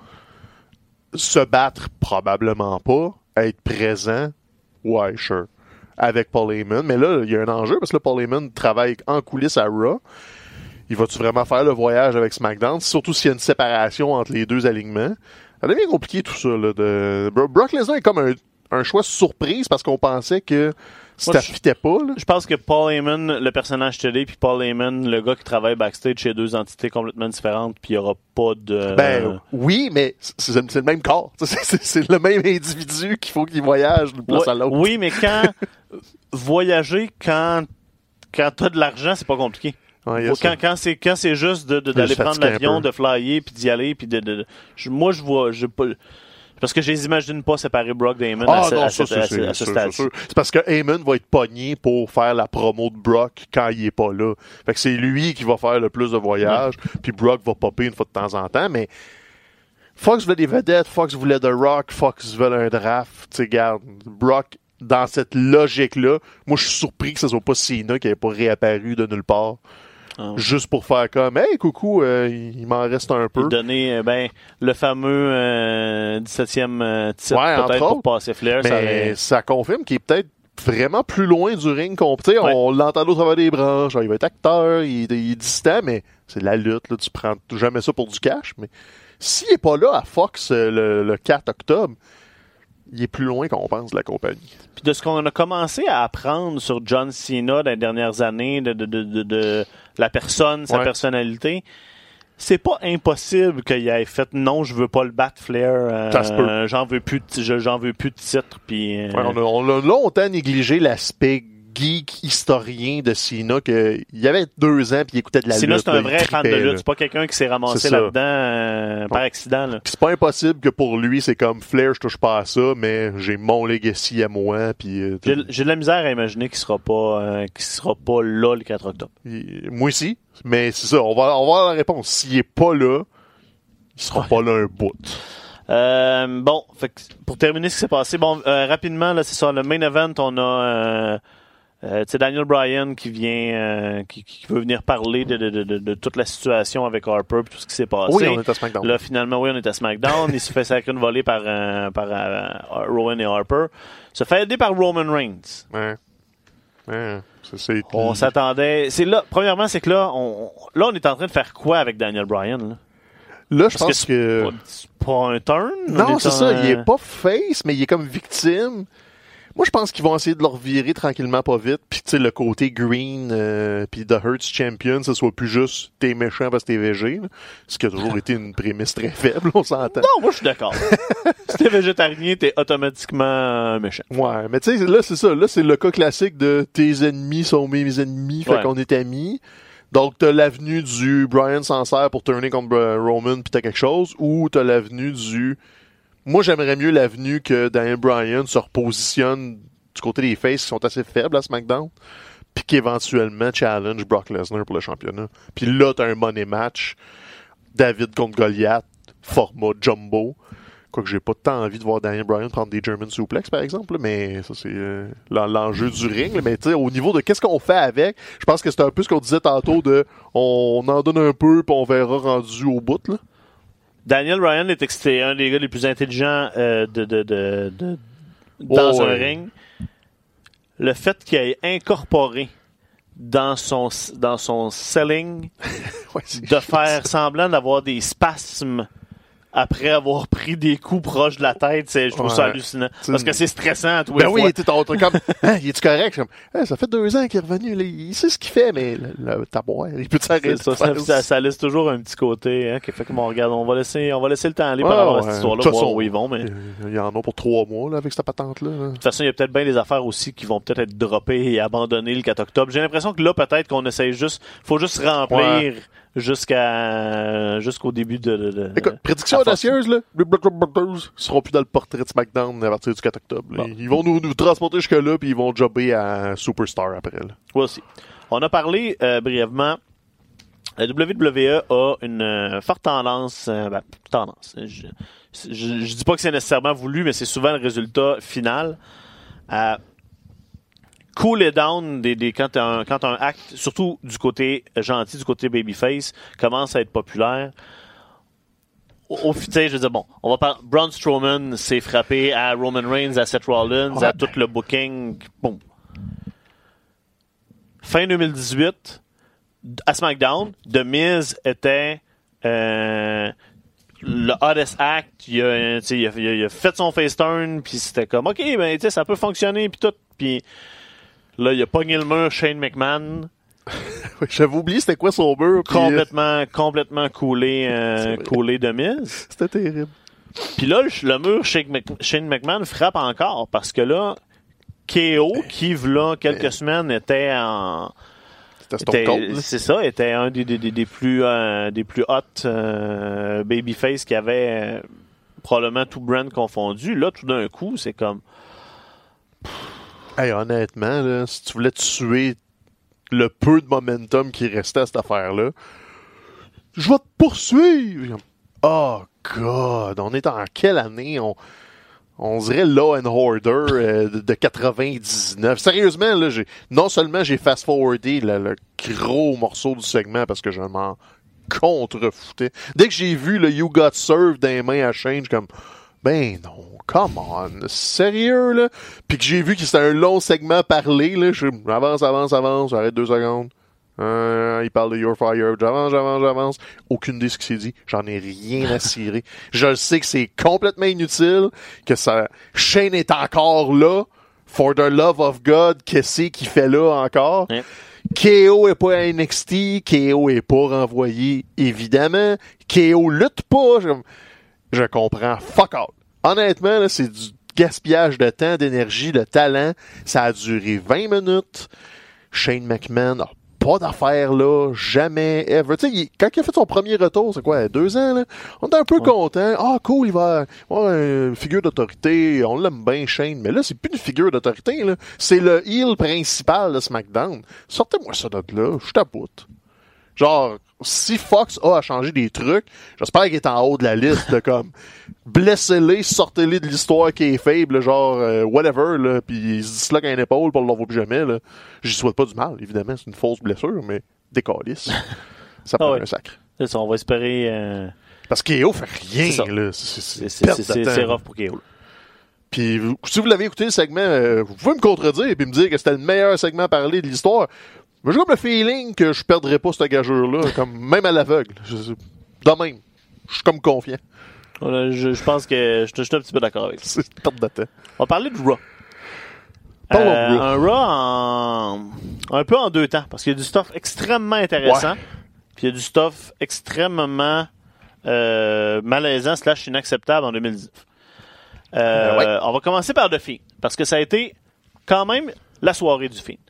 S2: Se battre, probablement pas. Être présent, ouais, sure. Avec Paul Heyman. Mais là, il y a un enjeu parce que là, Paul Heyman travaille en coulisses à Raw. Il va-tu vraiment faire le voyage avec SmackDown? Surtout s'il y a une séparation entre les deux alignements. Ça devient compliqué tout ça. Là, de... Brock Lesnar est comme un, un choix surprise parce qu'on pensait que ça ne fitait pas. Là.
S1: Je pense que Paul Heyman, le personnage télé, puis Paul Heyman, le gars qui travaille backstage chez deux entités complètement différentes, puis il n'y aura pas de...
S2: Ben oui, mais c'est, c'est le même corps. C'est, c'est, c'est le même individu qu'il faut qu'il voyage d'une place
S1: ouais,
S2: à l'autre.
S1: Oui, mais quand... voyager quand, quand tu as de l'argent, c'est pas compliqué. Ouais, quand, quand c'est quand c'est juste de, de, d'aller prendre l'avion, de flyer puis d'y aller puis de, de, de je, moi je vois je pas parce que je les imagine pas séparer Brock d'Heyman
S2: ah,
S1: à,
S2: non,
S1: à,
S2: ça,
S1: à, à,
S2: c'est,
S1: à ce stade.
S2: C'est, c'est parce que Heyman va être pogné pour faire la promo de Brock quand il est pas là. Fait que c'est lui qui va faire le plus de voyages, ouais. Puis Brock va popper une fois de temps en temps, mais Fox voulait des vedettes, Fox voulait The Rock, Fox voulait un draft, tu sais, garde, Brock dans cette logique-là, moi je suis surpris que ce soit pas Cena qui n'ait pas réapparu de nulle part.
S1: Ah.
S2: Juste pour faire comme, hey, coucou, euh, il m'en reste un peu.
S1: Et donner, euh, ben, le fameux euh, dix-septième euh, titre,
S2: Ouais,
S1: peut-être,
S2: entre
S1: pour
S2: autres.
S1: passer Flair.
S2: Mais
S1: Ça, aurait...
S2: ça confirme qu'il est peut-être vraiment plus loin du ring qu'on tu sais
S1: Ouais.
S2: on l'entend au travers des branches, genre, il va être acteur, il, il est distant, mais c'est de la lutte là, tu prends jamais ça pour du cash, mais s'il est pas là à Fox euh, le, le quatre octobre, il est plus loin qu'on pense de la compagnie.
S1: Puis de ce qu'on a commencé à apprendre sur John Cena dans les dernières années, de, de, de, de, de la personne, sa
S2: Ouais.
S1: personnalité, c'est pas impossible qu'il ait fait non, je veux pas le battre Flair, euh,
S2: Ça se peut.
S1: j'en veux plus, de, je- j'en veux plus de titre, puis euh,
S2: Ouais, on, a, on a longtemps négligé l'aspect geek historien de Cena, que il y avait deux ans puis il écoutait de la
S1: Cena
S2: lutte.
S1: c'est un
S2: là,
S1: vrai
S2: il
S1: fan de
S2: tripait,
S1: lutte,
S2: là.
S1: c'est pas quelqu'un qui s'est ramassé
S2: C'est ça.
S1: là-dedans euh, par accident. Là.
S2: Puis c'est pas impossible que pour lui, c'est comme Flair, je touche pas à ça, mais j'ai mon legacy à moi. Puis euh,
S1: J'ai, j'ai de la misère à imaginer qu'il sera pas, euh, qu'il sera pas là le quatre octobre.
S2: il- moi aussi, mais c'est ça. On va, on va avoir la réponse. S'il est pas là, il sera
S1: Ouais.
S2: pas là un bout.
S1: Euh, bon, fait que pour terminer ce qui s'est passé, bon, euh, rapidement, là, c'est ça, le main event, on a euh, euh, tu sais, Daniel Bryan qui vient, euh, qui, qui veut venir parler de, de, de, de, de toute la situation avec Harper et tout ce qui s'est passé.
S2: Oui, on est à SmackDown.
S1: Là, finalement, oui, on est à SmackDown. Il se fait sacrer une volée par, euh, par euh, Rowan et Harper. Se fait aider par Roman Reigns.
S2: Ouais. Ouais. Ça, c'est...
S1: On s'attendait. C'est là. Premièrement, c'est que là, on, là, on est en train de faire quoi avec Daniel Bryan? Là,
S2: Là, je
S1: Parce
S2: pense
S1: que
S2: que...
S1: Pas- c'est pas un turn. On
S2: Non,
S1: est
S2: c'est
S1: en-
S2: ça. Il est pas face, mais il est comme victime. Moi, je pense qu'ils vont essayer de le revirer tranquillement, pas vite. Puis, tu sais, le côté green, euh, puis The Hurts Champion, ça soit plus juste t'es méchant parce que t'es végé. Là. Ce qui a toujours été une prémisse très faible, on s'entend.
S1: Non, moi, je suis d'accord. Si t'es végétarien, t'es automatiquement euh, méchant.
S2: Ouais, mais tu sais, là, c'est ça. Là, c'est le cas classique de tes ennemis sont mes ennemis, fait
S1: Ouais.
S2: qu'on est amis. Donc, t'as l'avenue du Brian s'en sert pour tourner contre euh, Roman pis t'as quelque chose, ou t'as l'avenue du... Moi, j'aimerais mieux l'avenue que Daniel Bryan se repositionne du côté des faces qui sont assez faibles à SmackDown, puis qu'éventuellement challenge Brock Lesnar pour le championnat. Puis là, t'as un money match, David contre Goliath, format jumbo. Quoique j'ai pas tant envie de voir Daniel Bryan prendre des German suplex, par exemple, là, mais ça, c'est euh, l'en- l'enjeu du ring. là. Mais tu sais, au niveau de qu'est-ce qu'on fait avec, je pense que c'est un peu ce qu'on disait tantôt de on en donne un peu, puis on verra rendu au bout. Là.
S1: Daniel Bryan est excité, un des gars les plus intelligents euh, de, de, de, de- dans
S2: Oh,
S1: un
S2: ouais.
S1: ring. Le fait qu'il ait incorporé dans son, dans son selling
S2: Ouais, c'est-
S1: de faire semblant d'avoir des spasmes après avoir pris des coups proches de la tête, c'est, je trouve ça
S2: Ouais.
S1: hallucinant.
S2: C'est
S1: Parce
S2: une-
S1: que c'est stressant à tous
S2: Ben
S1: les
S2: oui,
S1: fois.
S2: tu t'es comme, hein, il est-tu correct? Je suis comme, Hein, ça fait deux ans qu'il est revenu, là, il sait ce qu'il fait, mais le, le taboire, il peut s'arrêter.
S1: C'est ça, ça, ça, ça laisse toujours un petit côté, hein, qui fait que bon, regarde, on va laisser, on va laisser le temps aller par
S2: Ouais,
S1: rapport à
S2: ouais.
S1: cette histoire-là,
S2: De toute
S1: voir
S2: façon,
S1: où ils vont, mais. De
S2: Il y en a pour trois mois, là, avec cette patente-là. là.
S1: toute façon, il y a peut-être bien des affaires aussi qui vont peut-être être droppées et abandonnées le quatre octobre. J'ai l'impression que là, peut-être qu'on essaye juste, faut juste remplir jusqu'à, jusqu'au début de, de, de-
S2: Écoute, prédiction
S1: à force.
S2: audacieuse, là, les Black Brothers seront plus dans le portrait de SmackDown à partir du quatre octobre. là.
S1: Bon.
S2: Ils vont nous, nous transporter jusque-là, puis ils vont jobber à Superstar après. Là.
S1: Moi aussi. On a parlé euh, brièvement. La W W E a une euh, forte tendance, euh, ben, tendance. Je, je, je dis pas que c'est nécessairement voulu, mais c'est souvent le résultat final à cooler down des, des quand un quand un acte, surtout du côté gentil, du côté babyface, commence à être populaire. Au, au tu sais, je veux dire, bon, on va parler. Braun Strowman s'est frappé à Roman Reigns, à Seth Rollins,
S2: Ouais.
S1: à tout le booking. Bon. Fin deux mille dix-huit, à SmackDown, The Miz était euh, le hottest act. Il a, tu sais, il a, il a- il a fait son face turn, puis c'était comme, OK, ben, tu sais, ça peut fonctionner, puis tout. Puis là, il a pogné le mur Shane McMahon,
S2: J'avais oublié c'était quoi son mur. puis, euh,
S1: complètement, complètement coulé, euh,
S2: C'est vrai.
S1: coulé de Miz.
S2: C'était terrible.
S1: Puis là, le, le mur Shane Mc- Shane McMahon frappe encore, parce que là, K O, qui, v'là quelques semaines, était en...
S2: C'était Stone
S1: était-
S2: Cold. là.
S1: c'est ça, était un des, des, des, des plus euh, des plus hot euh, babyface qui avait euh, probablement tout brand confondu. Là, tout d'un coup, c'est comme
S2: Hey, honnêtement, là, si tu voulais tuer le peu de momentum qui restait à cette affaire-là, je vais te poursuivre. Oh, God, on est en quelle année? On, On dirait Law and Order euh, de, de quatre-vingt-dix-neuf. Sérieusement, là, j'ai non seulement j'ai fast-forwardé le, le gros morceau du segment parce que je m'en contrefoutais. Dès que j'ai vu le You Got Served dans les mains à Shane, je suis comme, ben non, come on, sérieux, là? Puis que j'ai vu que c'était un long segment parlé, là, je avance, avance, avance, j'arrête deux secondes. Euh, il parle de Your Fire, j'avance, j'avance, j'avance. Aucune idée de ce qui s'est dit. J'en ai rien à cirer. Je sais que c'est complètement inutile, que ça, Shane est encore là. For the love of God, qu'est-ce qu'il fait là encore? Yeah. K O est pas à N X T, K O est pas renvoyé, évidemment. K O lutte pas. Je, je comprends. Fuck all. Honnêtement, là, c'est du gaspillage de temps, d'énergie, de talent. Ça a duré vingt minutes. Shane McMahon a pas d'affaires là, jamais, ever. Tu sais, quand il a fait son premier retour, c'est quoi, deux ans, là? On était un peu ouais. contents. Ah, cool, il va avoir une figure d'autorité. On l'aime bien, Shane. Mais là, c'est plus une figure d'autorité, là. C'est le heel principal de SmackDown. Sortez-moi ça de là. Je tapoute. Genre, si Fox a à changer des trucs, j'espère qu'il est en haut de la liste, de comme, blessez-les, sortez-les de l'histoire qui est faible, genre, euh, whatever, là, pis il se disloque à une épaule pour le revoir plus jamais, là. J'y souhaite pas du mal, évidemment, c'est une fausse blessure, mais décalisse. Ça prend ah ouais. un sacre.
S1: C'est ça, on va espérer, euh...
S2: Parce que K O fait rien,
S1: c'est
S2: là.
S1: C'est, c'est, c'est, c'est, c'est, c'est rough pour K O.
S2: Puis, si vous l'avez écouté, le segment, euh, vous pouvez me contredire et me dire que c'était le meilleur segment parlé de l'histoire. Mais j'ai comme le feeling que je perdrais pas cette gageure-là, comme même à l'aveugle. Je, de même. Je suis comme confiant.
S1: Voilà, je, je pense que je, je suis un petit peu d'accord avec ça.
S2: C'est une perte de temps.
S1: On va parler de Raw. Euh, un Raw en, un peu en deux temps, parce qu'il y a du stuff extrêmement intéressant, ouais. Puis il y a du stuff extrêmement euh, malaisant slash inacceptable en deux mille dix-neuf. Euh, ben ouais. On va commencer par The Fiend, parce que ça a été quand même la soirée du Fiend.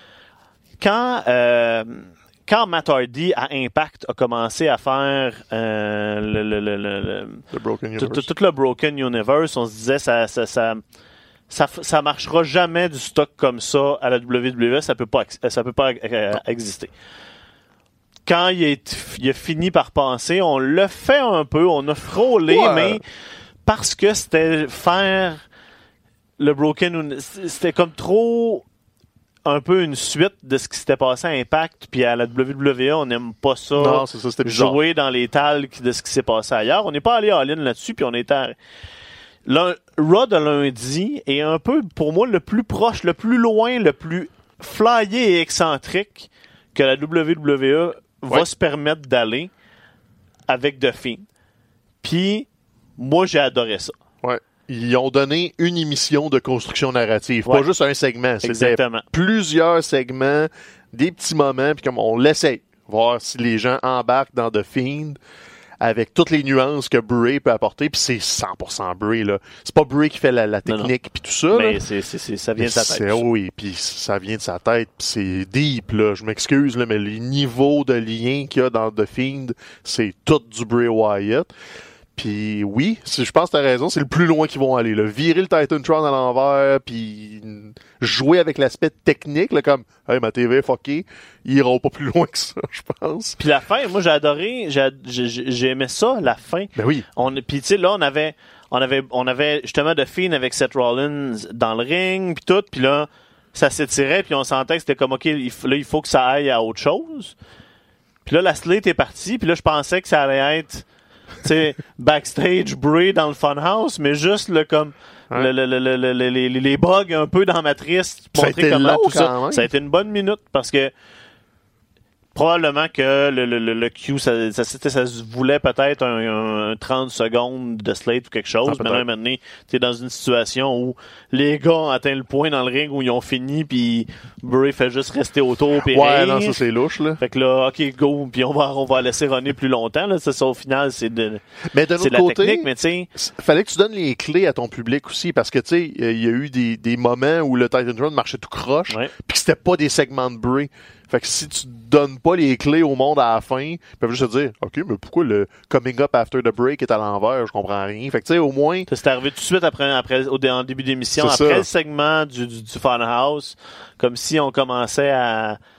S1: Quand, euh, quand Matt Hardy à Impact a commencé à faire euh, le, le, le, le,
S2: le Broken
S1: tout, tout, tout le Broken Universe, on se disait ça ça, ça, ça, ça marchera jamais du stock comme ça à la W W E, ça peut pas, ça peut pas euh, exister. Quand il, est, il a fini par penser, on l'a fait un peu, on a frôlé, ouais. Mais parce que c'était faire le Broken, c'était comme trop... un peu une suite de ce qui s'était passé à Impact, puis à la W W E, on n'aime pas ça,
S2: non, c'est ça c'était
S1: jouer dans les talcs de ce qui s'est passé ailleurs. On n'est pas allé all-in là-dessus, puis on était... Le Raw de lundi est un peu, pour moi, le plus proche, le plus loin, le plus flyé et excentrique que la W W E va ouais. se permettre d'aller avec The Fiend. Puis, moi, j'ai adoré ça.
S2: Ouais. Ils ont donné une émission de construction narrative, ouais. Pas juste un segment. C'était plusieurs segments, des petits moments, puis comme on l'essaye, voir si les gens embarquent dans The Fiend avec toutes les nuances que Bray peut apporter, puis c'est cent pour cent Bray, là. C'est pas Bray qui fait la, la technique puis tout ça,
S1: mais
S2: là.
S1: C'est, c'est, c'est, ça vient de sa tête.
S2: C'est, oui, puis ça vient de sa tête, puis c'est deep, là. Je m'excuse, là, mais les niveaux de lien qu'il y a dans The Fiend, c'est tout du Bray Wyatt. Puis oui, je pense que t'as raison, c'est le plus loin qu'ils vont aller. Là. Virer le Titantron à l'envers, puis jouer avec l'aspect technique, là, comme « Hey, ma T V est fuckée », ils iront pas plus loin que ça, je pense.
S1: Puis la fin, moi j'ai adoré, j'ai, j'ai, j'ai aimé ça, la fin.
S2: Ben oui.
S1: On, puis tu sais, là, on avait, on avait, on avait justement The Fiend avec Seth Rollins dans le ring, puis tout, puis là, ça s'étirait, puis on sentait que c'était comme « Ok, il, là, il faut que ça aille à autre chose ». Puis là, la slate est partie, puis là, je pensais que ça allait être... tu sais, backstage Bray dans le funhouse, mais juste le comme ouais. le, le, le, le, le, les, les bugs un peu dans Matrice, montrer comment tout ça. Même. Ça a été une bonne minute parce que probablement que le, le, le, le Q, ça, ça, ça, ça se voulait peut-être un, un trente secondes de slate ou quelque chose, ah, mais là, un moment donné, t'es dans une situation où les gars ont atteint le point dans le ring où ils ont fini, puis Bray fait juste rester autour, puis
S2: ouais,
S1: rire.
S2: Non, ça c'est louche, là.
S1: Fait que là, ok, go, puis on va, on va laisser runner plus longtemps, là. Ça, ça au final, c'est de,
S2: mais de
S1: c'est de la
S2: côté,
S1: technique, mais tu sais.
S2: Fallait que tu donnes les clés à ton public aussi, parce que tu sais, il y a eu des, des moments où le Titantron marchait tout croche,
S1: ouais.
S2: Puis que c'était pas des segments de Bray. Fait que si tu donnes pas les clés au monde à la fin, ils peuvent juste se dire, OK, mais pourquoi le coming up after the break est à l'envers? Je comprends rien. Fait que tu sais, au moins...
S1: Ça s'est arrivé tout de suite après, après au en début d'émission,
S2: c'est
S1: après
S2: ça.
S1: le segment du, du, du Funhouse, comme si on commençait à...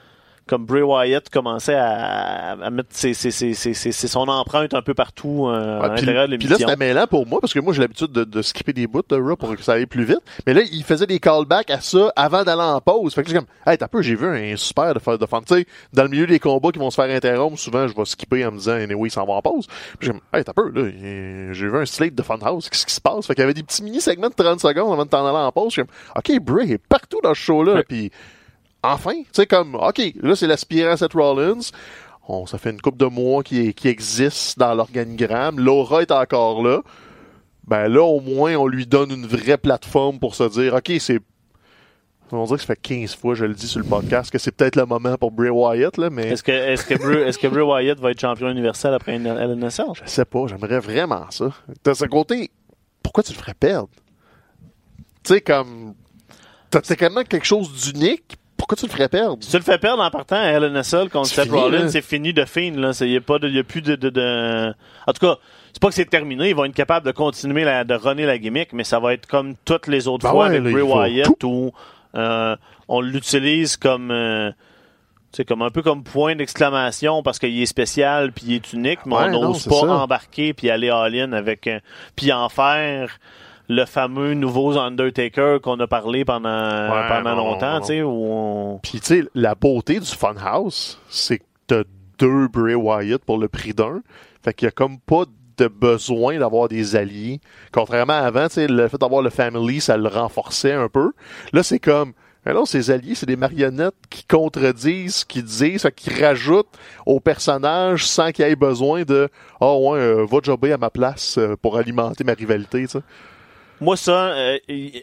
S1: comme Bray Wyatt commençait à, à mettre ses, ses, ses, ses, ses, ses, son empreinte un peu partout euh,
S2: ouais,
S1: à l'intérieur de l'émission.
S2: Puis là, c'était mêlant pour moi, parce que moi, j'ai l'habitude de, de skipper des bouts de Raw pour que ça aille plus vite. Mais là, il faisait des callbacks à ça avant d'aller en pause. Fait que j'ai comme, hey, t'as peu, j'ai vu un super de faire de fun. Tu sais, dans le milieu des combats qui vont se faire interrompre, souvent, je vais skipper en me disant, anyway, il s'en va en pause. Puis j'ai comme, hey, t'as peu, là, j'ai vu un slate de Funhouse, qu'est-ce qui se passe? Fait qu'il y avait des petits mini-segments de trente secondes avant de t'en aller en pause. J'ai comme, OK, Bray est partout dans ce show-là.
S1: Ouais.
S2: Puis, enfin, tu sais, comme, OK, là, c'est l'aspirant Seth Rollins. On, ça fait une couple de mois qui, qui existe dans l'organigramme. Laura est encore là. Ben là, au moins, on lui donne une vraie plateforme pour se dire, OK, c'est... On dirait que ça fait quinze fois, je le dis sur le podcast, que c'est peut-être le moment pour Bray Wyatt, là, mais...
S1: Est-ce que, est-ce que, Bray, est-ce que Bray Wyatt va être champion universel après une L N S L?
S2: Je sais pas, j'aimerais vraiment ça. De ce côté, pourquoi tu le ferais perdre? Tu sais, comme... C'est quand même quelque chose d'unique. Pourquoi tu le ferais perdre?
S1: Si tu le fais perdre en partant à L N S L contre
S2: C'est
S1: Seth
S2: fini,
S1: Rollins,
S2: là.
S1: c'est fini de fin. Il n'y a, pas de- y a plus de, de, de... En tout cas, c'est pas que c'est terminé. Ils vont être capables de continuer la, de runner la gimmick, mais ça va être comme toutes les autres
S2: Ben
S1: fois
S2: ouais,
S1: avec
S2: là,
S1: Bray
S2: il faut
S1: Wyatt où euh, on l'utilise comme... Euh, c'est comme un peu comme point d'exclamation parce qu'il est spécial puis il est unique, mais
S2: Ouais,
S1: on
S2: non,
S1: n'ose
S2: c'est
S1: pas
S2: ça.
S1: embarquer puis aller all-in avec... Euh, puis en faire le fameux nouveau Undertaker qu'on a parlé pendant,
S2: Ouais,
S1: pendant
S2: non,
S1: longtemps,
S2: non.
S1: tu sais, où on...
S2: Puis, tu sais, la beauté du Funhouse, c'est que t'as deux Bray Wyatt pour le prix d'un. Fait qu'il y a comme pas de besoin d'avoir des alliés. Contrairement à avant, tu sais, le fait d'avoir le Family, ça le renforçait un peu. Là, c'est comme... Alors, ces alliés, c'est des marionnettes qui contredisent ce qu'ils disent, fait qu'ils rajoutent au personnage sans qu'il y ait besoin de « Ah oh, ouais, euh, va jobber à ma place euh, pour alimenter ma rivalité. » tu sais.
S1: Moi, ça, euh,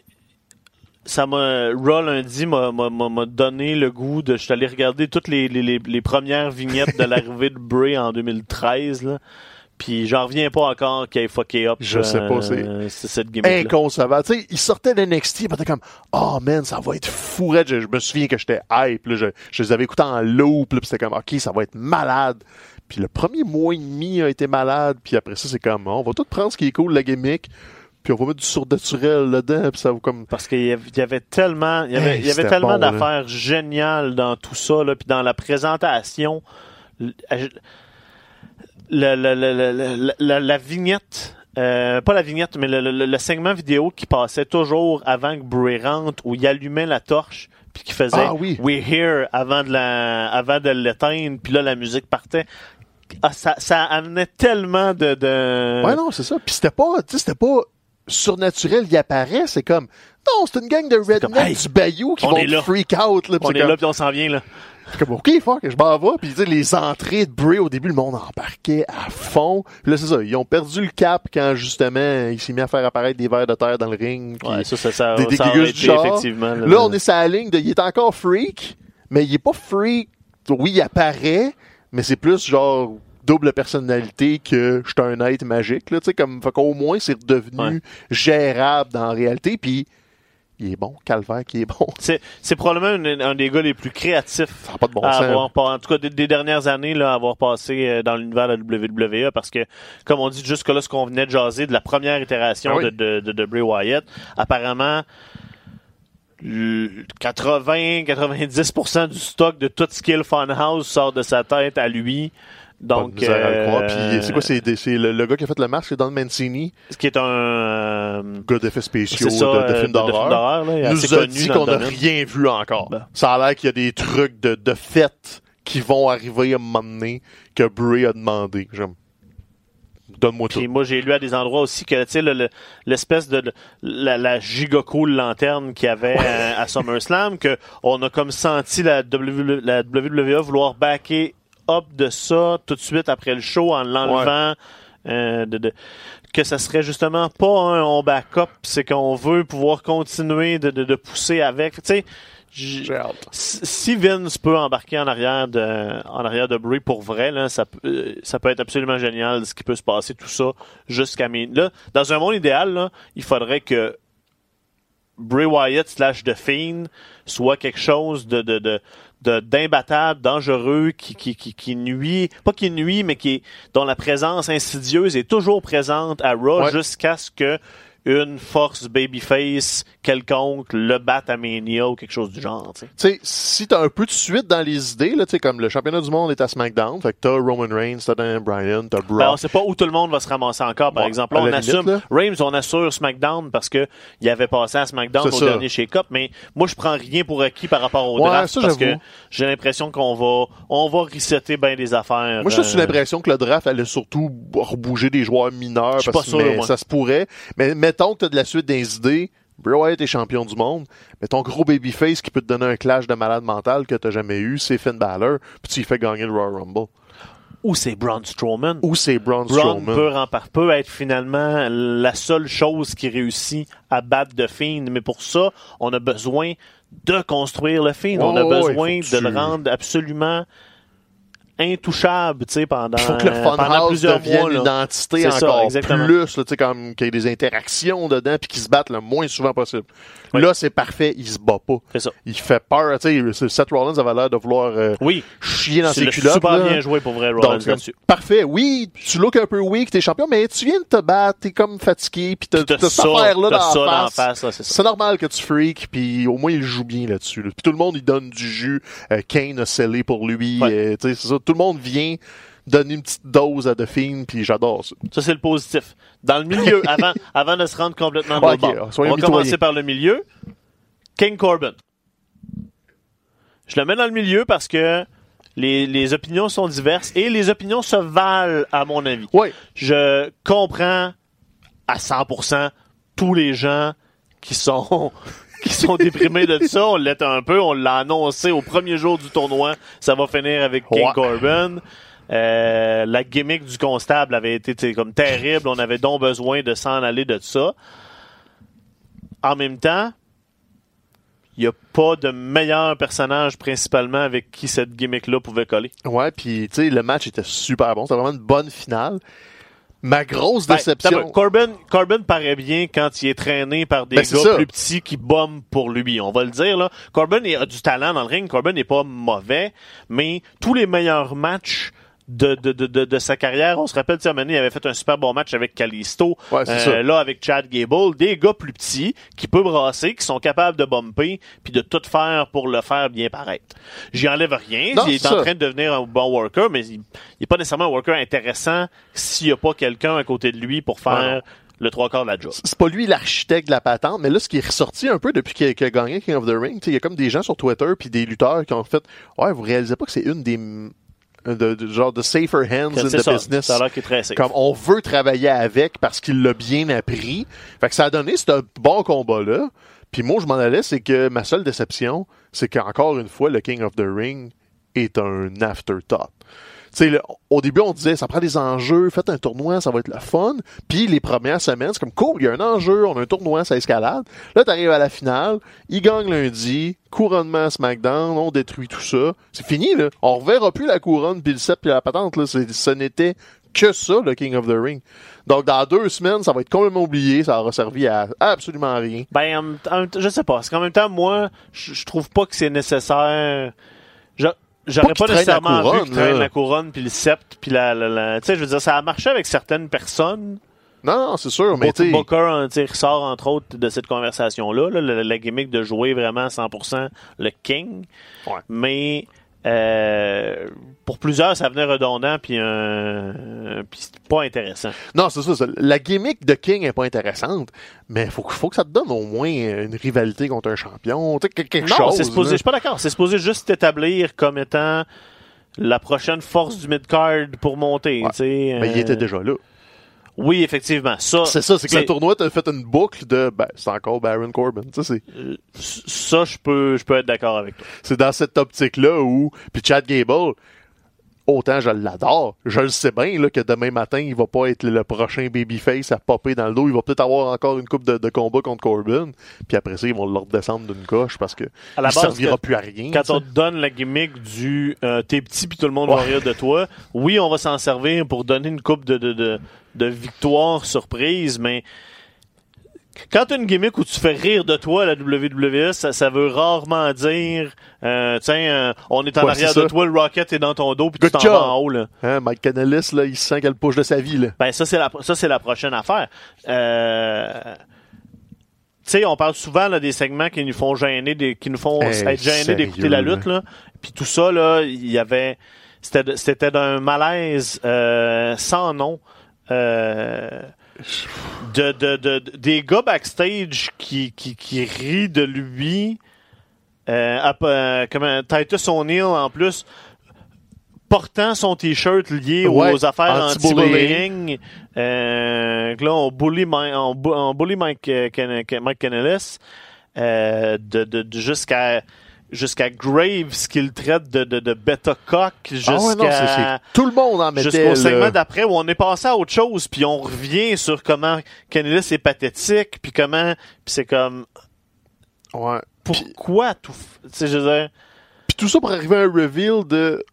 S1: ça m'a. Raw lundi m'a, m'a, m'a m'a donné le goût de. Je suis allé regarder toutes les, les, les, les premières vignettes de l'arrivée de Bray en deux mille treize, là. Puis j'en reviens pas encore qu'il ait fucké up
S2: Je sais pas,
S1: euh, c'est cette gimmick-là.
S2: Inconcevable. Tu sais, il sortait d'N X T, il était comme « Oh man, ça va être fou. » Je, je me souviens que j'étais hype. Là, je, je les avais écoutés en loop. Là, puis c'était comme « OK, ça va être malade. » Puis le premier mois et demi a été malade. Puis après ça, c'est comme « On va tout prendre ce qui est cool, la gimmick. » Puis on va mettre du surnaturel là-dedans, puis ça va comme...
S1: Parce qu'il y avait, il y avait tellement, il y avait,
S2: Hey,
S1: il y avait
S2: c'était
S1: tellement
S2: bon, là.
S1: d'affaires géniales dans tout ça, là, puis dans la présentation, le- le- le- le- le- le- la, la vignette, euh, pas la vignette, mais le, le- le segment vidéo qui passait toujours avant que Bray rentre, où il allumait la torche, puis qui faisait
S2: Ah oui.
S1: We're here avant de la, avant de l'éteindre, puis là la musique partait. Ah, ça, ça amenait tellement de, de...
S2: Ouais, non, c'est ça. Puis c'était pas, tu sais, c'était pas surnaturel, il apparaît, c'est comme... Non, c'est une gang de rednecks
S1: comme, hey,
S2: du Bayou qui
S1: on
S2: vont
S1: est là.
S2: freak out. Là, puis
S1: On
S2: c'est
S1: est
S2: comme,
S1: là, puis on s'en vient, là.
S2: c'est comme, OK, fuck, je m'en vais. Puis tu sais, les entrées de Bray, au début, le monde embarquait à fond. Puis là, c'est ça, ils ont perdu le cap quand, justement, il s'est mis à faire apparaître des vers de terre dans le ring. Puis
S1: Ouais, ça, ça, ça,
S2: des
S1: ça aurait
S2: dégueuses
S1: été,
S2: du genre.
S1: effectivement.
S2: Là, on est sur la ligne de... Il est encore freak, mais il est pas freak. Oui, il apparaît, mais c'est plus genre... double personnalité que je suis un être magique, là, tu sais, comme, fait qu'au moins, c'est redevenu
S1: Ouais.
S2: gérable dans la réalité, puis il est bon, Calvaire qui est bon.
S1: C'est, c'est probablement un, un des gars les plus créatifs
S2: Ça n'a pas de bon
S1: à
S2: sens.
S1: avoir, pas- en tout cas des, des dernières années, là, à avoir passé euh, dans l'univers de la W W E, parce que, comme on dit jusque là, ce qu'on venait de jaser de la première itération
S2: Ah oui.
S1: de, de, de, de Bray Wyatt, apparemment, quatre-vingts à quatre-vingt-dix pour cent du stock de tout ce qui est le Funhouse sort de sa tête à lui.
S2: Pas de
S1: Donc,
S2: misère à le croire.
S1: euh,
S2: Puis c'est quoi, c'est, des- c'est le, le gars qui a fait le masque, c'est Don Mancini,
S1: ce qui est un euh,
S2: gars d'effets spéciaux,
S1: c'est ça,
S2: de, de
S1: euh,
S2: films d'horreur.
S1: d'horreur, là,
S2: Il
S1: assez
S2: nous a
S1: connu
S2: dit
S1: dans
S2: qu'on
S1: le
S2: n'a
S1: domaine.
S2: rien vu encore.
S1: Ben.
S2: Ça a l'air qu'il y a des trucs de, de fêtes qui vont arriver à un moment donné que Bray a demandé. J'aime. Donne-moi tout.
S1: Puis moi, j'ai lu à des endroits aussi que, tu sais, le- le- l'espèce de, de- la, la giga cool lanterne qu'il y avait à, à SummerSlam, que on a comme senti la, w, la W W E vouloir backer up de ça tout de suite après le show en l'enlevant, euh, de, de- que ça serait justement pas un on back up, c'est qu'on veut pouvoir continuer de, de, de pousser avec. Tu sais, j-
S2: J'ai hâte.
S1: si si Vince peut embarquer en arrière de, en arrière de Bray pour vrai, là, ça, peut- euh, ça peut être absolument génial ce qui peut se passer, tout ça, jusqu'à mes... Là, dans un monde idéal, là, il faudrait que Bray Wyatt slash The Fiend soit quelque chose de, de, de, de d'imbattable, dangereux, qui, qui, qui, qui nuit, pas qui nuit, mais qui est, dont la présence insidieuse est toujours présente à Raw
S2: Ouais.
S1: jusqu'à ce que une force babyface quelconque le batte à Mania ou quelque chose du genre. Tu
S2: sais, si t'as un peu de suite dans les idées, là, comme le championnat du monde est à SmackDown, fait que t'as Roman Reigns, t'as Dan Bryan, t'as Brock.
S1: Ben, on sait pas où tout le monde va se ramasser encore, par bon, exemple. Là, on limite, assume, là. Reigns, on assure SmackDown parce que il avait passé à SmackDown c'est au ça. Dernier shake-up, mais moi, je prends rien pour acquis par rapport au
S2: ouais,
S1: draft
S2: ça,
S1: parce
S2: j'avoue.
S1: que j'ai l'impression qu'on va, on va resetter bien des affaires.
S2: Moi, j'ai euh... l'impression que le draft allait surtout rebouger des joueurs mineurs parce
S1: pas sûr,
S2: mais
S1: moi.
S2: Ça se pourrait. Mais mettons que t'as de la suite des idées. Bray Wyatt est champion du monde, mais ton gros babyface qui peut te donner un clash de malade mental que t'as jamais eu, c'est Finn Balor, puis tu lui fais gagner le Royal Rumble.
S1: Ou c'est Braun Strowman.
S2: Ou c'est Braun
S1: Strowman.
S2: Strowman.
S1: Peut, rempar- peut être finalement la seule chose qui réussit à battre The Fiend, mais pour ça, on a besoin de construire le Fiend. Oh, on a besoin de tu... le rendre absolument intouchable, tu sais, pendant,
S2: il faut que le
S1: pendant plusieurs
S2: devienne
S1: mois.
S2: Une
S1: là.
S2: identité
S1: c'est
S2: encore
S1: ça,
S2: plus, tu sais, comme qu'il y ait des interactions dedans puis qu'ils se battent le moins souvent possible. Oui. Là, c'est parfait, il se bat pas.
S1: C'est ça.
S2: Il fait peur, tu sais, Seth Rollins avait l'air de vouloir euh,
S1: oui.
S2: chier dans
S1: c'est
S2: ses culottes.
S1: Super
S2: là.
S1: bien joué pour vrai, Rollins
S2: Donc,
S1: là-dessus.
S2: Parfait, oui, tu look un peu weak, t'es champion, mais tu viens de te battre, t'es comme fatigué, puis t'as,
S1: t'as,
S2: t'as cette affaire-là dans
S1: ça
S2: la
S1: face. face là, c'est, ça.
S2: C'est normal que tu freaks, puis au moins il joue bien là-dessus. Là. Puis tout le monde, il donne du jus. Euh, Kane a scellé pour lui,
S1: ouais.
S2: euh, tu sais, c'est ça. Tout le monde vient donner une petite dose à The Fiend, puis j'adore ça.
S1: Ça, c'est le positif. Dans le milieu, avant, avant de se rendre complètement dans
S2: ouais,
S1: le bord.
S2: Okay,
S1: on va mitoyen. Commencer par le milieu. King Corbin. Je le mets dans le milieu parce que les, les opinions sont diverses et les opinions se valent, à mon avis.
S2: Ouais.
S1: Je comprends à cent pour cent tous les gens qui sont... qui sont déprimés de ça. On l'est un peu. On l'a annoncé au premier jour du tournoi. Ça va finir avec King ouais. Corbin. Euh, la gimmick du constable avait été comme terrible. On avait donc besoin de s'en aller de ça. En même temps, il n'y a pas de meilleur personnage principalement avec qui cette gimmick-là pouvait coller.
S2: Ouais, puis tu sais, le match était super bon. C'était vraiment une bonne finale. Ma grosse déception...
S1: Ben, Corbin, Corbin paraît bien quand il est traîné par des
S2: ben,
S1: gars
S2: ça.
S1: plus petits qui bombent pour lui. On va le dire, là. Corbin a du talent dans le ring. Corbin n'est pas mauvais, mais tous les meilleurs matchs de, de, de, de, de sa carrière, on se rappelle, tu sais, il avait fait un super bon match avec Kalisto.
S2: Ouais, c'est
S1: euh,
S2: ça.
S1: Là, avec Chad Gable. Des gars plus petits qui peuvent brasser, qui sont capables de bumper puis de tout faire pour le faire bien paraître. J'y enlève rien.
S2: Non,
S1: il est
S2: c'est
S1: en
S2: ça.
S1: train de devenir un bon worker, mais il n'est pas nécessairement un worker intéressant s'il n'y a pas quelqu'un à côté de lui pour faire... Ouais. Le trois quarts de la job.
S2: C'est pas lui l'architecte de la patente, mais là, ce qui est ressorti un peu depuis qu'il a, qu'il a gagné King of the Ring, il y a comme des gens sur Twitter puis des lutteurs qui ont fait « Ouais, vous réalisez pas que c'est une des... De, de, genre de safer hands in the
S1: ça,
S2: business.
S1: Ça a l'air qu'il est très safe.
S2: Comme on veut travailler avec parce qu'il l'a bien appris. Fait que ça a donné ce bon combat-là. Puis moi, je m'en allais, c'est que ma seule déception, c'est qu'encore une fois, le King of the Ring est un afterthought. Tu sais, au début, on disait, ça prend des enjeux, faites un tournoi, ça va être le fun. Puis les premières semaines, c'est comme, cool, il y a un enjeu, on a un tournoi, ça escalade. Là, t'arrives à la finale, il gagne lundi, couronnement à SmackDown, on détruit tout ça. C'est fini, là. On reverra plus la couronne, puis le set, puis la patente, là. C'est, ce n'était que ça, le King of the Ring. Donc, dans deux semaines, ça va être complètement oublié, ça aura servi à absolument rien.
S1: Ben, en, en, je sais pas. Parce qu'en même temps, moi, je, je trouve pas que c'est nécessaire... Je... J'aurais pas, pas nécessairement couronne, vu qu'il traîne la couronne puis le sceptre puis la, la, la... tu sais, je veux dire, ça a marché avec certaines personnes.
S2: Non, non, c'est sûr, mais tu sais...
S1: Booker, tu sais, ressort entre autres de cette conversation-là, là, la, la gimmick de jouer vraiment à cent pour cent le King.
S2: Ouais.
S1: Mais euh, pour plusieurs, ça venait redondant puis euh, puis c'est pas intéressant.
S2: Non, c'est ça, ça. La gimmick de King est pas intéressante, mais faut faut que ça te donne au moins une rivalité contre un champion, tu sais, quelque
S1: non,
S2: chose.
S1: C'est supposé, je suis pas d'accord. C'est supposé juste t'établir comme étant la prochaine force du mid-card pour monter.
S2: Ouais.
S1: Tu sais,
S2: mais
S1: euh...
S2: il était déjà là.
S1: Oui, effectivement. Ça,
S2: c'est ça, c'est que c'est... le tournoi t'a fait une boucle de ben, c'est encore Baron Corbin. Ça, c'est...
S1: Euh, ça, je peux je peux être d'accord avec toi.
S2: C'est dans cette optique-là où. Puis Chad Gable, autant je l'adore, je le sais bien là, que demain matin, il va pas être le prochain babyface à popper dans le dos. Il va peut-être avoir encore une coupe de, de combat contre Corbin. Puis après ça, ils vont le redescendre d'une coche parce que
S1: à la
S2: il
S1: base,
S2: servira
S1: que,
S2: plus à rien.
S1: Quand
S2: t'sais.
S1: on te donne la gimmick du euh, t'es petit puis tout le monde
S2: ouais.
S1: va rire de toi, oui, on va s'en servir pour donner une coupe de, de, de, de victoire surprise, mais quand t'as une gimmick où tu fais rire de toi à la W W E, ça, ça veut rarement dire, euh, tiens, euh, on est en
S2: Ouais,
S1: arrière
S2: c'est
S1: de
S2: ça.
S1: toi, le Rocket est dans ton dos, puis tu
S2: Good
S1: t'en
S2: job.
S1: vas en haut, là.
S2: Hein, Mike Kanellis, là, il sent qu'elle push de sa vie, là.
S1: Ben, ça, c'est la, ça, c'est la prochaine affaire. Euh, tu sais, on parle souvent, là, des segments qui nous font gêner, des, qui nous font
S2: Hey,
S1: être gênés
S2: sérieux,
S1: d'écouter la lutte, là. Puis tout ça, là, il y avait, c'était, c'était d'un malaise, euh, sans nom, euh, De, de, de, de- des gars backstage qui, qui, qui rient de lui. Euh, ap- euh, comment, Titus O'Neil, en plus, portant son T-shirt lié
S2: Ouais,
S1: aux affaires
S2: anti-bullying.
S1: anti-bullying. Euh, là, on bully, Mi- on, bu- on bully Mike, euh, Ken- Ken- Mike Kanellis euh, de, de, de- jusqu'à jusqu'à Graves, qu'il traite de, de, de bêta-coq, jusqu'à...
S2: Ah ouais, non, c'est, c'est... Tout le monde en mettait,
S1: Jusqu'au segment
S2: là.
S1: d'après où on est passé à autre chose, puis on revient sur comment Kanellis est pathétique, puis comment... Puis c'est comme...
S2: Ouais.
S1: Pourquoi tout... f- Tu sais, je veux dire...
S2: Puis tout ça pour arriver à un reveal de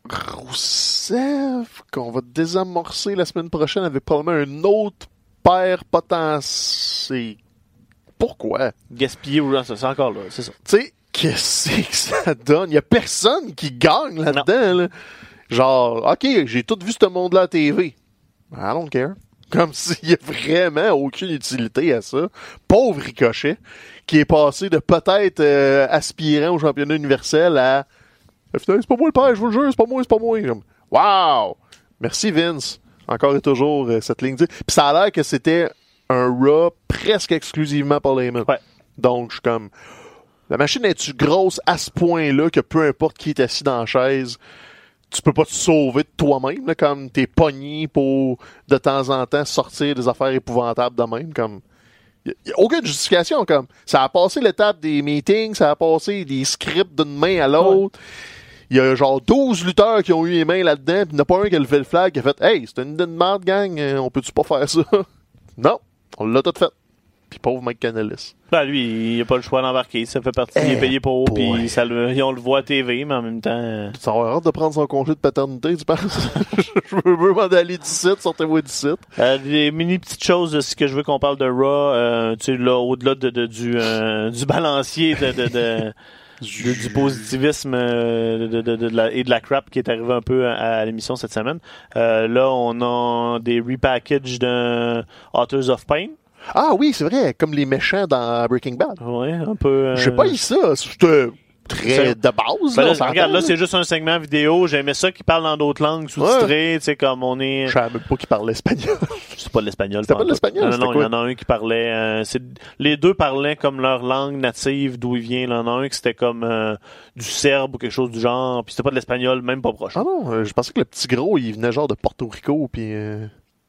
S2: Rousseff qu'on va désamorcer la semaine prochaine avec probablement un autre père potentiel. Pourquoi?
S1: Gaspiller, ou c'est encore là, c'est ça.
S2: Tu sais, qu'est-ce que ça donne? Il y a personne qui gagne là-dedans, là. Genre, OK, j'ai tout vu ce monde-là à T V. I don't care. Comme s'il y a vraiment aucune utilité à ça. Pauvre Ricochet, qui est passé de peut-être euh, aspirant au championnat universel à c'est pas moi le père, je vous le jure, c'est pas moi, c'est pas moi. Comme, wow! Merci Vince. Encore et toujours euh, cette ligne. Puis ça a l'air que c'était un Raw presque exclusivement pour les mains.
S1: Ouais.
S2: Donc, je suis comme... La machine est-tu grosse à ce point-là que peu importe qui est assis dans la chaise, tu peux pas te sauver de toi-même, là, comme t'es pogné pour de temps en temps sortir des affaires épouvantables de même, comme... Il n'y a aucune justification, comme... Ça a passé l'étape des meetings, ça a passé des scripts d'une main à l'autre. Il y a genre douze lutteurs qui ont eu les mains là-dedans, puis il n'y en a pas un qui a levé le flag qui a fait « Hey, c'est une idée de merde, gang, on peut-tu pas faire ça? » Non, on l'a tout fait. Puis pauvre Mike Kanellis.
S1: Ben lui, il n'a pas le choix d'embarquer, ça fait partie, il est
S2: Eh,
S1: payé pour,
S2: boy.
S1: puis ça le, on le voit à T V, mais en même temps...
S2: Ça va avoir hâte de prendre son congé de paternité, tu penses? Je veux vraiment aller d'ici, sortez-moi d'ici.
S1: Euh, des mini petites choses de ce que je veux qu'on parle de Raw, euh, tu sais, là, au-delà de, de, du, euh, du balancier de... de, de Du, du positivisme euh, de, de, de, de la, et de la crap qui est arrivé un peu à, à l'émission cette semaine. Euh, là, on a des repackages de Authors of Pain.
S2: Ah oui, c'est vrai, comme les méchants dans Breaking Bad.
S1: Ouais, un peu... Euh...
S2: J'ai pas eu ça, c'était très
S1: C'est-
S2: de base.
S1: Ben
S2: là,
S1: là,
S2: on s'entend,
S1: regarde, là,
S2: là.
S1: c'est juste un segment vidéo. J'aimais ça qui parle dans d'autres langues sous-titrées. Tu sais, comme on est...
S2: Je savais même pas qu'il parlait espagnol.
S1: C'est pas de l'espagnol.
S2: C'était pas de
S1: pantoute.
S2: l'espagnol,
S1: Non, non,
S2: c'était
S1: non,
S2: quoi?
S1: il y en a un qui parlait... euh, c'est... Les deux parlaient comme leur langue native, d'où il vient. Il y en a un qui c'était comme euh, du serbe ou quelque chose du genre. Puis c'était pas de l'espagnol, même pas proche.
S2: Ah non, euh, je pensais que le petit gros, il venait genre de Porto Rico, puis... Euh...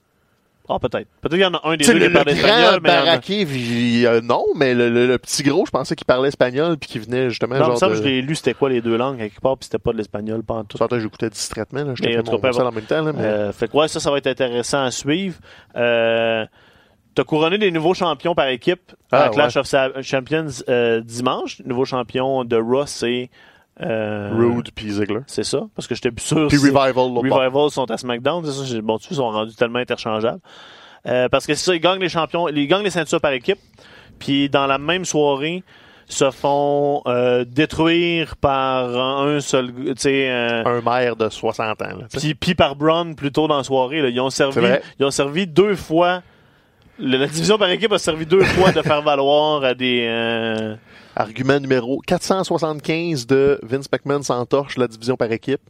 S1: Ah, peut-être. Peut-être qu'il y en a un des
S2: Tu sais,
S1: deux
S2: le,
S1: qui parle
S2: le
S1: espagnol,
S2: grand
S1: mais... il y en a-
S2: baraqué, vi- euh, non, mais le, le- le petit gros, je pensais qu'il parlait espagnol, puis qu'il venait justement
S1: Non, il me
S2: genre
S1: semble
S2: de...
S1: que je l'ai lu, c'était quoi les deux langues quelque part, puis c'était pas de l'espagnol, pas en tout.
S2: Ça, j'écoutais distraitement, là, je
S1: Mais
S2: t'ai
S1: en
S2: fait
S1: tout cas,
S2: mon
S1: peu
S2: sel en même temps, là, mais...
S1: Euh, fait que ouais, ça, ça va être intéressant à suivre. Euh, T'as couronné des nouveaux champions par équipe
S2: Ah,
S1: à Clash
S2: ouais.
S1: of Sa- Champions euh, dimanche. Nouveau champion de Raw, c'est... Euh,
S2: Rude puis Ziggler.
S1: C'est ça, parce que j'étais plus sûr.
S2: Puis
S1: si-
S2: Revival, l'autre bord.
S1: Revival sont à SmackDown, c'est ça. j'ai- Bon, tu sais, ils sont rendus tellement interchangeables. Euh, parce que c'est ça, ils gagnent les champions, ils gagnent les ceintures par équipe. Puis dans la même soirée, se font euh, détruire par un seul, tu sais, euh,
S2: Un maire de soixante ans, là, tu sais.
S1: puis, puis par Braun plus tôt dans la soirée. Là. Ils ont servi,
S2: C'est vrai.
S1: ils ont servi deux fois. le- La division par équipe a servi deux fois de faire valoir à des. euh,
S2: Argument numéro quatre cent soixante-quinze de Vince McMahon s'entorche la division par équipe.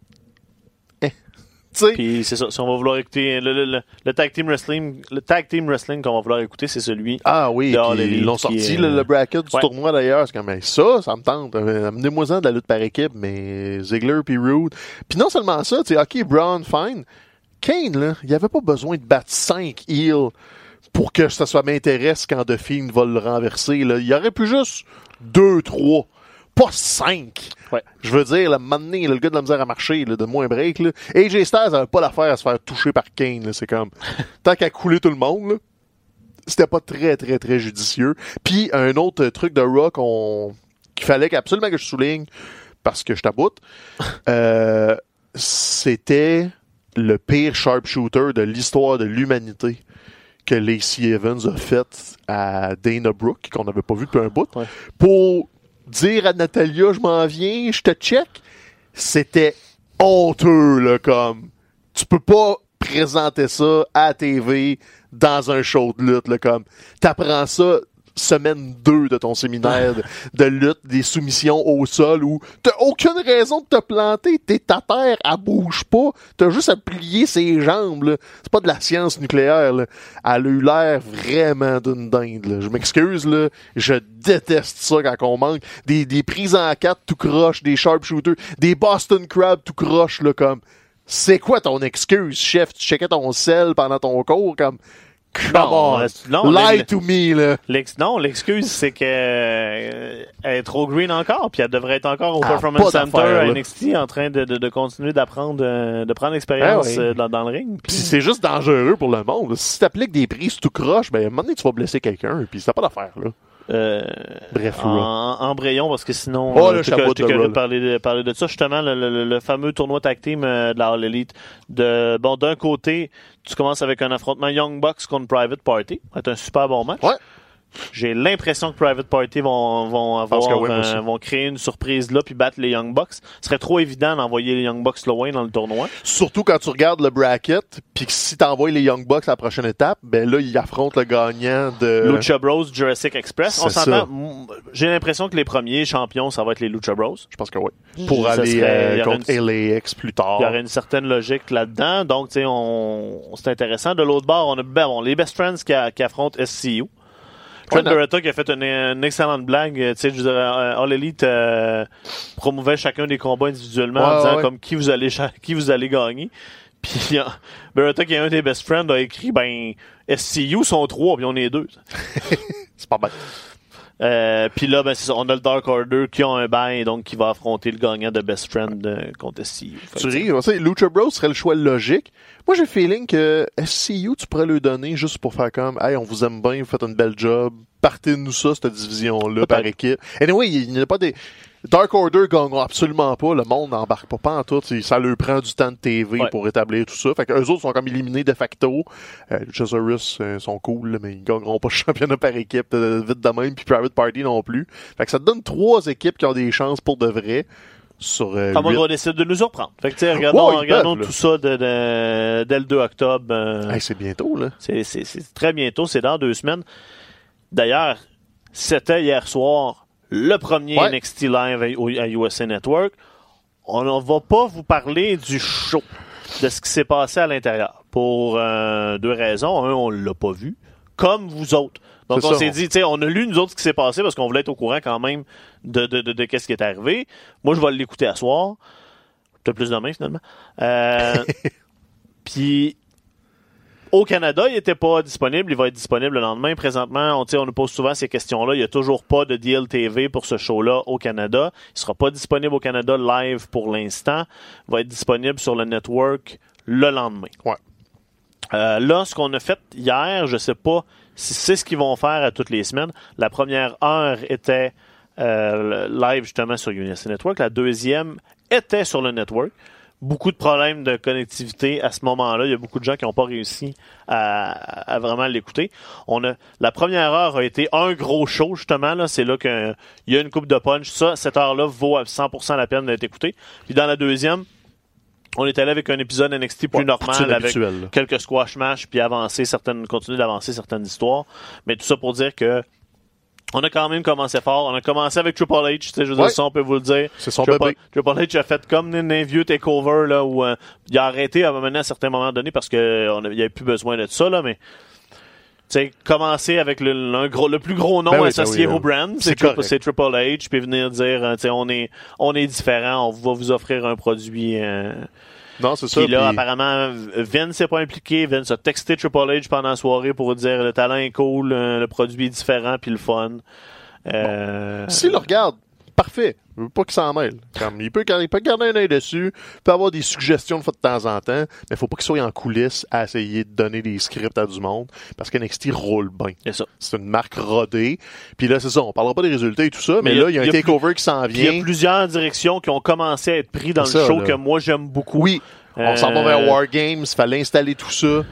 S2: Eh. Tu sais,
S1: Puis c'est ça. Si on va vouloir écouter le, le, le, le tag team wrestling, le tag team wrestling qu'on va vouloir écouter, c'est celui.
S2: ah oui,
S1: de
S2: puis
S1: All Elite
S2: ils l'ont
S1: qui
S2: sorti,
S1: est-
S2: le, le bracket du
S1: Ouais.
S2: tournoi d'ailleurs. C'est comme, hey, ça, ça me tente. Euh, Amenez-moi-en de la lutte par équipe, mais Ziggler puis Rude. Puis non seulement ça, tu sais, OK, Braun, fine. Kane, là, il avait pas besoin de battre cinq heels pour que ça soit m'intéresse quand The Fiend va le renverser. Là. Il aurait pu juste deux, trois, pas cinq.
S1: Ouais.
S2: Je veux dire, là, m'amener le gars de la misère à marcher, là, donne-moi un break. Là. A J Styles avait pas l'affaire à se faire toucher par Kane. Là. C'est comme, tant qu'à couler tout le monde, là, c'était pas très, très, très judicieux. Puis, un autre truc de Raw qu'on... qu'il fallait absolument que je souligne, parce que je t'aboute, euh, c'était le pire sharpshooter de l'histoire de l'humanité que Lacey Evans a fait à Dana Brooke, qu'on n'avait pas vu depuis un bout,
S1: Ouais.
S2: pour dire à Natalia, je m'en viens, je te check, c'était honteux, là, comme. Tu peux pas présenter ça à la T V dans un show de lutte, là, comme. T'apprends ça semaine deux de ton séminaire de, de lutte, des soumissions au sol où t'as aucune raison de te planter, t'es à terre, elle bouge pas, t'as juste à plier ses jambes, là. C'est pas de la science nucléaire, là. Elle a eu l'air vraiment d'une dinde, là. Je m'excuse, là, je déteste ça quand on manque des, des prises en quatre tout croche, des sharpshooters, des Boston Crab tout croche, là, comme, c'est quoi ton excuse, chef? Tu checkais ton sel pendant ton cours, comme, come on,
S1: euh, non,
S2: lie
S1: le-
S2: to me, là.
S1: L'ex- non, l'excuse, c'est qu'elle euh, elle est trop green encore, puis elle devrait être encore au
S2: Ah,
S1: Performance
S2: pas
S1: Center
S2: d'affaire,
S1: à
S2: là.
S1: N X T en train de, de, de continuer d'apprendre, euh, de prendre l'expérience
S2: Ah oui.
S1: euh, dans, dans le ring.
S2: Pis c'est juste dangereux pour le monde. Si t'appliques des prises tout croche, ben, à un moment donné, tu vas blesser quelqu'un, pis ça n'a pas d'affaire, là.
S1: Euh,
S2: Bref,
S1: en,
S2: là.
S1: embrayons, parce que sinon,
S2: Oh,
S1: euh,
S2: là,
S1: j'étais
S2: je
S1: que-
S2: capote
S1: j'étais
S2: de
S1: curieux
S2: Raw,
S1: de parler, de parler de ça. Justement, le, le, le fameux tournoi tag team euh, de la All Elite. De, bon, d'un côté, tu commences avec un affrontement Young Bucks contre Private Party. Ça va être un super bon match.
S2: Ouais.
S1: J'ai l'impression que Private Party vont, vont
S2: pense
S1: avoir,
S2: que oui, moi aussi.
S1: euh, vont créer une surprise là puis battre les Young Bucks. Ce serait trop évident d'envoyer les Young Bucks loin dans le tournoi.
S2: Surtout quand tu regardes le bracket, pis que si t'envoies les Young Bucks à la prochaine étape, ben là, ils affrontent le gagnant de...
S1: Lucha Bros, Jurassic Express. On
S2: c'est
S1: s'entend.
S2: ça.
S1: m- J'ai l'impression que les premiers champions, ça va être les Lucha Bros.
S2: Je pense que oui. Pour
S1: Ça
S2: aller
S1: serait-
S2: euh,
S1: il y aurait
S2: contre
S1: une-
S2: L A X plus tard.
S1: Il y aurait une certaine logique là-dedans. Donc, tu sais, on, c'est intéressant. De l'autre bord, on a ben, bon, les Best Friends qui, a- qui affrontent S C U. Trent
S2: Ouais, non.
S1: Beretta qui a fait une, une excellente blague. euh, Tu sais, je veux dire, euh, All Elite euh, promouvait chacun des combats individuellement en
S2: Ouais,
S1: disant
S2: ouais.
S1: comme qui vous allez cha- qui vous allez gagner. Puis euh, Beretta, qui est un des Best Friends, a écrit ben S C U sont trois, puis on est deux.
S2: C'est pas mal.
S1: Euh, puis là, ben, c'est ça, on a le Dark Order qui a un bail, donc qui va affronter le gagnant de Best Friend euh, contre S C U. Fait
S2: Tu
S1: que,
S2: ris, on sait, Lucha Bros serait le choix logique. Moi, j'ai le feeling que S C U, tu pourrais le donner juste pour faire comme, hey, on vous aime bien, vous faites une belle job, partez-nous ça, cette division-là, par
S1: Peut-être.
S2: équipe. Anyway, il n'y a pas des... Dark Order gagnera absolument pas, le monde n'embarque pas, pas en tout, c'est- ça leur prend du temps de T V
S1: Ouais.
S2: pour établir tout ça. Fait que eux autres sont comme éliminés de facto. Euh, Luchasaurus euh, sont cool, là, mais ils gagneront pas le championnat par équipe euh, vite de même, puis Private Party non plus. Fait que ça te donne trois équipes qui ont des chances pour de vrai sur euh,
S1: Enfin, moi,
S2: huit.
S1: on va décider de nous surprendre. Fait que, tu sais, regardons,
S2: Ouais, ils
S1: regardons
S2: peuvent, là.
S1: tout ça de, de- dès le deux octobre. euh,
S2: Hey, c'est bientôt, là.
S1: c'est, c'est- c'est très bientôt, c'est dans deux semaines. D'ailleurs, c'était hier soir le premier
S2: Ouais.
S1: N X T Live à, au- à U S A Network. On ne va pas vous parler du show, de ce qui s'est passé à l'intérieur. Pour euh, deux raisons. Un, on l'a pas vu, comme vous autres. Donc,
S2: C'est
S1: on
S2: ça,
S1: s'est
S2: on-
S1: dit, tu sais, on a lu, nous autres, ce qui s'est passé parce qu'on voulait être au courant quand même de, de, de, de qu'est-ce qui est arrivé. Moi, je vais l'écouter à soir. Peut-être plus demain, finalement. Euh, Puis, au Canada, il n'était pas disponible. Il va être disponible le lendemain. Présentement, on, tu sais, on nous pose souvent ces questions-là. Il n'y a toujours pas de D L T V pour ce show-là au Canada. Il ne sera pas disponible au Canada live pour l'instant. Il va être disponible sur le network le lendemain.
S2: Ouais.
S1: Euh, là, ce qu'on a fait hier, je sais pas si c'est ce qu'ils vont faire à toutes les semaines. La première heure était euh, live justement sur U S A Network. La deuxième était sur le network. Beaucoup de problèmes de connectivité à ce moment-là. Il y a beaucoup de gens qui n'ont pas réussi à, à vraiment l'écouter. On a la première heure a été un gros show justement. Là, c'est là qu'il y a une coupe de punch. Ça, cette heure-là vaut à cent pour cent la peine d'être écoutée. Puis dans la deuxième, on est allé avec un épisode N X T plus
S2: Ouais,
S1: normal,
S2: poutine
S1: avec
S2: habituelle, là.
S1: quelques squash match, puis avancer certaines, continuer d'avancer certaines histoires. Mais tout ça pour dire que on a quand même commencé fort. On a commencé avec Triple H, tu sais, je veux
S2: Ouais.
S1: dire, ça, on peut vous le dire.
S2: C'est son
S1: Triple,
S2: bébé.
S1: Triple H a fait comme un, un vieux takeover, là, où euh, il a arrêté à un moment donné, à certains moments donnés, parce qu'il n'y avait plus besoin de ça, là, mais tu sais, commencer avec le, un gros, le plus gros nom
S2: Ben oui,
S1: associé
S2: ben oui,
S1: au brand,
S2: c'est
S1: c'est Triple,
S2: correct.
S1: c'est Triple H, puis venir dire, euh, tu sais, on est, on est différent, on va vous offrir un produit. Euh,
S2: Non, c'est ça.
S1: puis là,
S2: puis-
S1: apparemment, Vince s'est pas impliqué. Vince a texté Triple H pendant la soirée pour dire le talent est cool, euh, le produit est différent, puis le fun. Euh,
S2: S'il le regarde, parfait. Je veux pas qu'il s'en mêle. Comme, il, peut, il peut garder un œil dessus, il peut avoir des suggestions de fois de temps en temps, mais faut pas qu'il soit en coulisses à essayer de donner des scripts à du monde, parce que N X T roule bien.
S1: C'est ça.
S2: C'est une marque rodée. Puis là, c'est ça, on parlera pas des résultats et tout ça, mais,
S1: Mais il y a-
S2: là, il y a un
S1: il y a
S2: takeover qui s'en
S1: Puis il y
S2: vient.
S1: a plusieurs directions qui ont commencé à être prises dans
S2: C'est
S1: le
S2: ça,
S1: show
S2: là.
S1: que moi j'aime beaucoup.
S2: Oui, on
S1: Euh,
S2: s'en va vers War Games, fallait installer tout ça.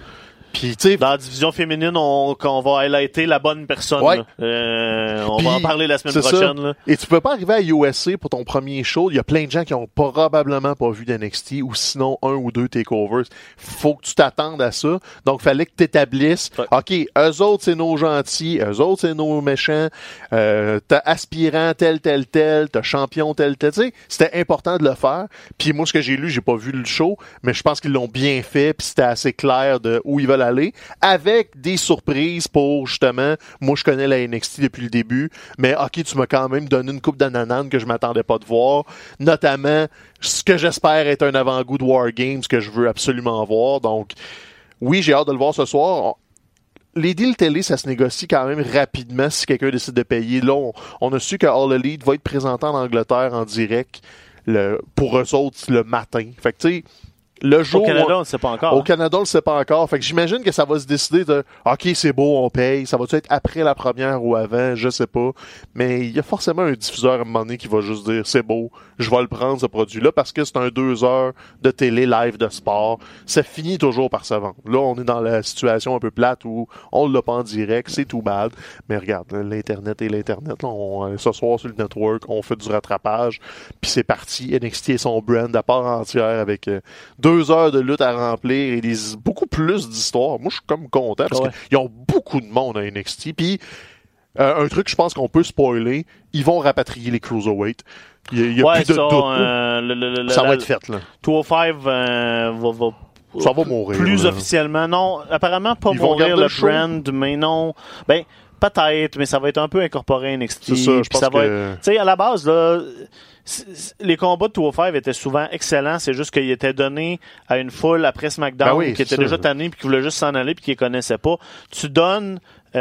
S2: Puis, tu sais,
S1: dans la division féminine, on, on va highlighter la bonne personne.
S2: Ouais.
S1: Là. Euh, on
S2: Puis,
S1: va en parler la semaine
S2: c'est
S1: prochaine.
S2: ça.
S1: Là.
S2: Et tu peux pas arriver à U S A pour ton premier show. Il y a plein de gens qui ont probablement pas vu d'N X T ou sinon un ou deux takeovers. Faut que tu t'attendes à ça. Donc, fallait que tu établisses.
S1: Ouais.
S2: OK, eux autres, c'est nos gentils. Eux autres, c'est nos méchants. Euh, t'as aspirant tel, tel, tel. T'as champion tel, tel. Tu sais, c'était important de le faire. Puis moi, ce que j'ai lu, j'ai pas vu le show, mais je pense qu'ils l'ont bien fait. Puis c'était assez clair de où ils veulent aller. Avec des surprises pour, justement, moi, je connais la N X T depuis le début, mais OK, tu m'as quand même donné une coupe d'ananas que je m'attendais pas de voir, notamment ce que j'espère être un avant-goût de War Games que je veux absolument voir. Donc, oui, j'ai hâte de le voir ce soir. Les deals télé, ça se négocie quand même rapidement si quelqu'un décide de payer. Là, on, on a su que All Elite va être présenté en Angleterre en direct le, pour eux autres le matin. Fait que, tu sais, le jour
S1: Au Canada,
S2: où-
S1: on ne sait pas encore.
S2: Au Canada, on le sait pas encore. Fait que j'imagine que ça va se décider de OK, c'est beau, on paye. Ça va-tu être après la première ou avant? Je sais pas. Mais il y a forcément un diffuseur à un moment donné qui va juste dire c'est beau, je vais le prendre ce produit-là parce que c'est un deux heures de télé live de sport. Ça finit toujours par se vendre. Là, on est dans la situation un peu plate où on l'a pas en direct, c'est tout bad. Mais regarde, l'Internet et l'Internet. Là, on, ce soir sur le network, on fait du rattrapage. Puis c'est parti. N X T est son brand à part entière avec euh, deux heures de lutte à remplir et des, beaucoup plus d'histoires. Moi, je suis comme content parce
S1: Ouais.
S2: qu'ils ont beaucoup de monde à N X T. Puis, euh, un truc, je pense qu'on peut spoiler, ils vont rapatrier les Cruiserweight. Il y a, il y a
S1: ouais,
S2: plus de
S1: ça,
S2: doute. là.
S1: euh, le, le, le,
S2: ça
S1: la-
S2: va être fait, là.
S1: deux cent cinq euh, va, va
S2: Ça va mourir.
S1: plus
S2: là.
S1: officiellement. Non, apparemment pas
S2: Ils vont
S1: mourir
S2: garder
S1: le
S2: le show.
S1: brand, mais non. Ben, peut-être, mais ça va être un peu incorporé à N X T.
S2: C'est ça, je
S1: puis
S2: pense
S1: ça va
S2: que-
S1: être- tu sais, à la base, là, c- c- les combats de deux cent cinq étaient souvent excellents. C'est juste qu'ils étaient donnés à une foule après SmackDown
S2: Ben oui,
S1: qui était
S2: c'est
S1: déjà
S2: ça.
S1: tannée puis qui voulait juste s'en aller puis qui les connaissait pas. Tu donnes,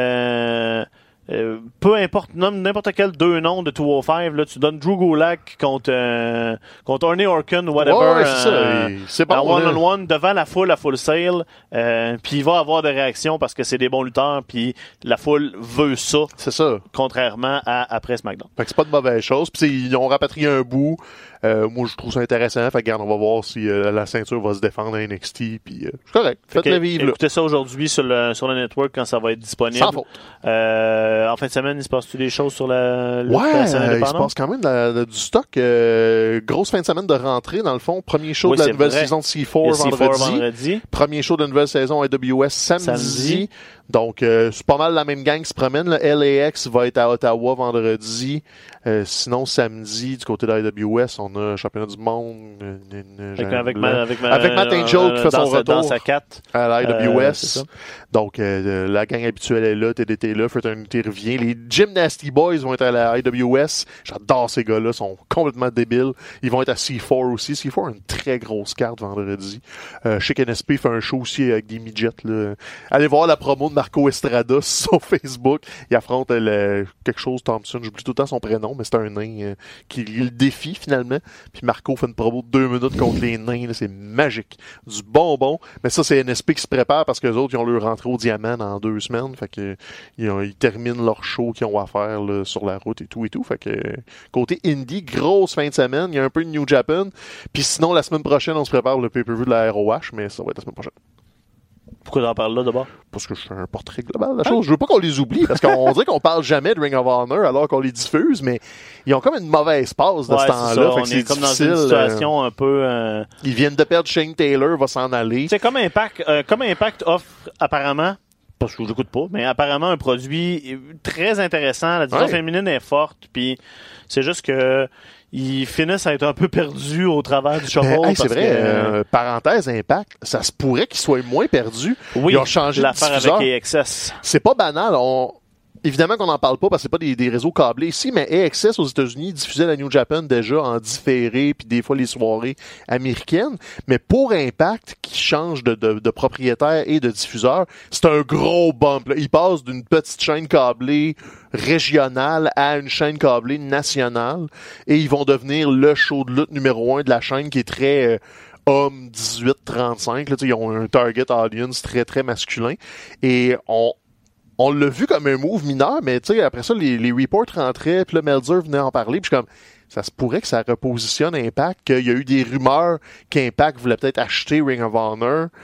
S1: euh, euh, peu importe, nomme n'importe quel deux noms de deux cent cinq, là, tu donnes Drew Gulak contre, euh, contre Ernie Orkin, whatever.
S2: Ouais, ouais, c'est ça.
S1: euh,
S2: Et c'est bon,
S1: en
S2: là.
S1: one-on-one, devant la foule à Full Sail, euh, puis il va avoir des réactions parce que c'est des bons lutteurs, puis la foule veut ça,
S2: C'est ça.
S1: contrairement à après SmackDown.
S2: Fait que c'est pas de mauvaise chose. Puis c'est- ils ont rapatrié un bout. Euh, moi, je trouve ça intéressant. Fait que regarde, on va voir si euh, la ceinture va se défendre à N X T. Puis euh, c'est correct.
S1: Fait
S2: Faites-le
S1: que,
S2: vivre, là.
S1: écoutez ça aujourd'hui sur le, sur le network quand ça va être disponible.
S2: Sans faute.
S1: Euh, en fin de semaine, il se passe-tu des choses sur la, le
S2: Ouais,
S1: la scène
S2: euh, il se
S1: indépendante?
S2: passe quand même de la- de- du stock. euh, grosse fin de semaine de rentrée, dans le fond. Premier show
S1: Oui,
S2: de la
S1: c'est
S2: nouvelle
S1: vrai.
S2: saison de C
S1: Il y a
S2: quatre
S1: C quatre
S2: vendredi.
S1: vendredi.
S2: Premier show de la nouvelle saison A W S samedi.
S1: Samedi.
S2: Donc, euh, c'est pas mal la même gang qui se promène. Là. L A X va être à Ottawa vendredi. Euh, sinon, samedi, du côté de la A W S, on a championnat du monde. euh, euh,
S1: Avec,
S2: j'ai-
S1: avec, ma- avec, ma-
S2: Avec Matt Angel qui fait
S1: dans
S2: son
S1: sa-
S2: retour.
S1: Dans sa quatre.
S2: à la A W S.
S1: Euh, c'est ça.
S2: Donc, euh, la gang habituelle est là, T D T est là, Fraternity revient. Les Gymnasty Boys vont être à la A W S. J'adore ces gars-là, ils sont complètement débiles. Ils vont être à C quatre aussi. C quatre a une très grosse carte vendredi. Euh, Chic N S P fait un show aussi avec des midgets. Là. Allez voir la promo de Marco Estrada sur Facebook. Il affronte euh, le- quelque chose Thompson, j'oublie tout le temps son prénom, mais c'est un nain euh, qui le défie finalement. Puis Marco fait une promo de deux minutes contre les nains. là. C'est magique. Du bonbon. Mais ça, c'est N S P qui se prépare parce que les autres, ils ont leur rentrée au diamant dans deux semaines. Fait que ils, ont- ils terminent leur show qu'ils ont à faire là, sur la route et tout et tout. Fait que côté indie, grosse fin de semaine. Il y a un peu de New Japan. Puis sinon, la semaine prochaine, on se prépare le pay-per-view de la R O H, mais ça va être la semaine prochaine.
S1: Pourquoi t'en parles là d'abord?
S2: Parce que je fais un portrait global de la chose. Je veux pas qu'on les oublie, parce qu'on dirait qu'on parle jamais de Ring of Honor alors qu'on les diffuse, mais ils ont comme une mauvaise passe de
S1: Ouais,
S2: ce
S1: c'est
S2: temps-là.
S1: ça.
S2: Fait
S1: On
S2: que c'est
S1: est comme dans
S2: difficile.
S1: une situation un peu... euh,
S2: euh, Ils viennent de perdre Shane Taylor, va s'en aller.
S1: C'est comme Impact, euh, comme Impact offre apparemment, parce que je l'écoute pas, mais apparemment un produit très intéressant. La division
S2: Ouais.
S1: féminine est forte, puis c'est juste que ils finissent à être un peu perdus au travers du shuffle.
S2: Ben, hey, c'est
S1: parce
S2: vrai,
S1: que,
S2: euh, parenthèse Impact, ça se pourrait qu'ils soient moins perdus.
S1: oui,
S2: ils ont changé de
S1: l'affaire
S2: diffuseur.
S1: avec A X S.
S2: C'est pas banal. On... Évidemment qu'on n'en parle pas parce que c'est pas des, des réseaux câblés ici, mais A X S aux États-Unis diffusait la New Japan déjà en différé, puis des fois les soirées américaines. Mais pour Impact, qui change de, de, de propriétaire et de diffuseur, c'est un gros bump. Là. Il passe d'une petite chaîne câblée régionale à une chaîne câblée nationale, et ils vont devenir le show de lutte numéro un de la chaîne qui est très... Euh, homme dix-huit trente-cinq, là, ils ont un target audience très très masculin, et on On l'a vu comme un move mineur, mais tu sais, après ça, les, les reports rentraient, puis le Meltzer venait en parler, puis je suis comme, ça se pourrait que ça repositionne Impact, qu'il y a eu des rumeurs qu'Impact voulait peut-être acheter Ring of Honor. Tu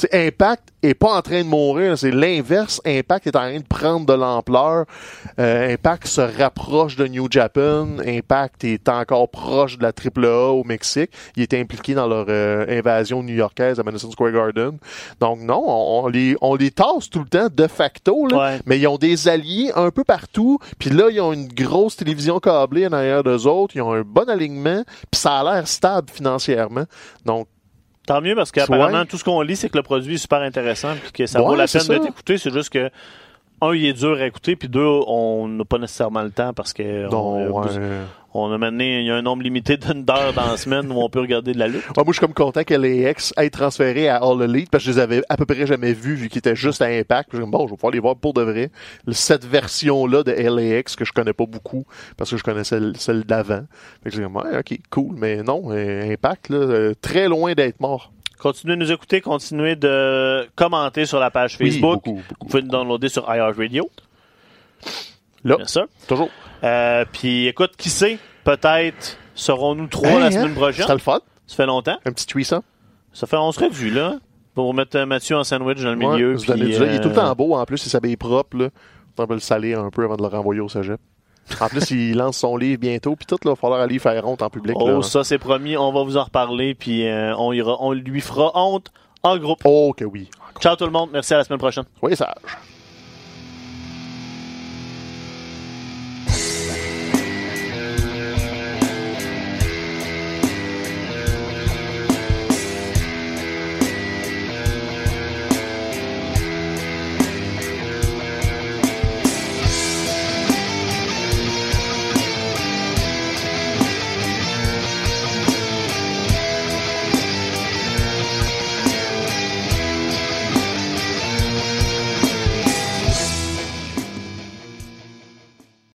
S2: sais, Impact est pas en train de mourir, c'est l'inverse. Impact est en train de prendre de l'ampleur. Euh, Impact se rapproche de New Japan. Impact est encore proche de la triple A au Mexique. Il est impliqué dans leur euh, invasion new-yorkaise à Madison Square Garden. Donc non, on, on les on les tasse tout le temps de facto, là,
S1: Ouais.
S2: mais ils ont des alliés un peu partout. Puis là, ils ont une grosse télévision câblée en arrière d'eux autres. Ils ont un bon alignement. Puis ça a l'air stable financièrement. Donc
S1: Tant mieux, parce qu'apparemment,
S2: Ouais.
S1: tout ce qu'on lit, c'est que le produit est super intéressant puis que ça
S2: Ouais,
S1: vaut la
S2: c'est
S1: peine
S2: ça.
S1: d'être écouté. C'est juste que, un, il est dur à écouter, puis deux, on n'a pas nécessairement le temps parce que
S2: non,
S1: on,
S2: ouais.
S1: on a maintenant, il y a un nombre limité d'une heure dans la semaine où on peut regarder de la lutte.
S2: Ouais, moi, je suis comme content que les X aient transféré à All Elite parce que je les avais à peu près jamais vus vu qu'ils étaient juste à Impact. Puis je me dis, bon, je vais pouvoir les voir pour de vrai. Cette version-là de L A X que je connais pas beaucoup parce que je connaissais celle, celle d'avant. Fait que je dis, ouais, ok, cool. Mais non, euh, Impact, là, euh, très loin d'être mort.
S1: Continuez de nous écouter, continuez de commenter sur la page
S2: Oui,
S1: Facebook.
S2: beaucoup, beaucoup.
S1: Vous pouvez nous downloader sur iHeartRadio.
S2: Là,
S1: Bien sûr.
S2: toujours.
S1: Euh, puis écoute, qui sait, peut-être serons-nous trois
S2: Hey,
S1: la
S2: hein,
S1: semaine prochaine.
S2: c'était le fun.
S1: Ça fait longtemps.
S2: Un petit threesome.
S1: Ça fait, on serait dû, là, pour mettre euh, Mathieu en sandwich dans le milieu.
S2: Ouais, vous donnez
S1: puis,
S2: du lait. Il est tout le
S1: euh,
S2: temps beau. En plus, il s'habille propre. Là. On peut le saler un peu avant de le renvoyer au cégep. En plus, il lance son livre bientôt. Puis tout, là, il va falloir aller faire honte en public.
S1: Oh,
S2: là.
S1: ça, c'est promis. On va vous en reparler, puis euh, on, ira, on lui fera honte en groupe.
S2: Oh, que oui.
S1: Ciao tout le monde. Merci, à la semaine prochaine.
S2: Soyez sages.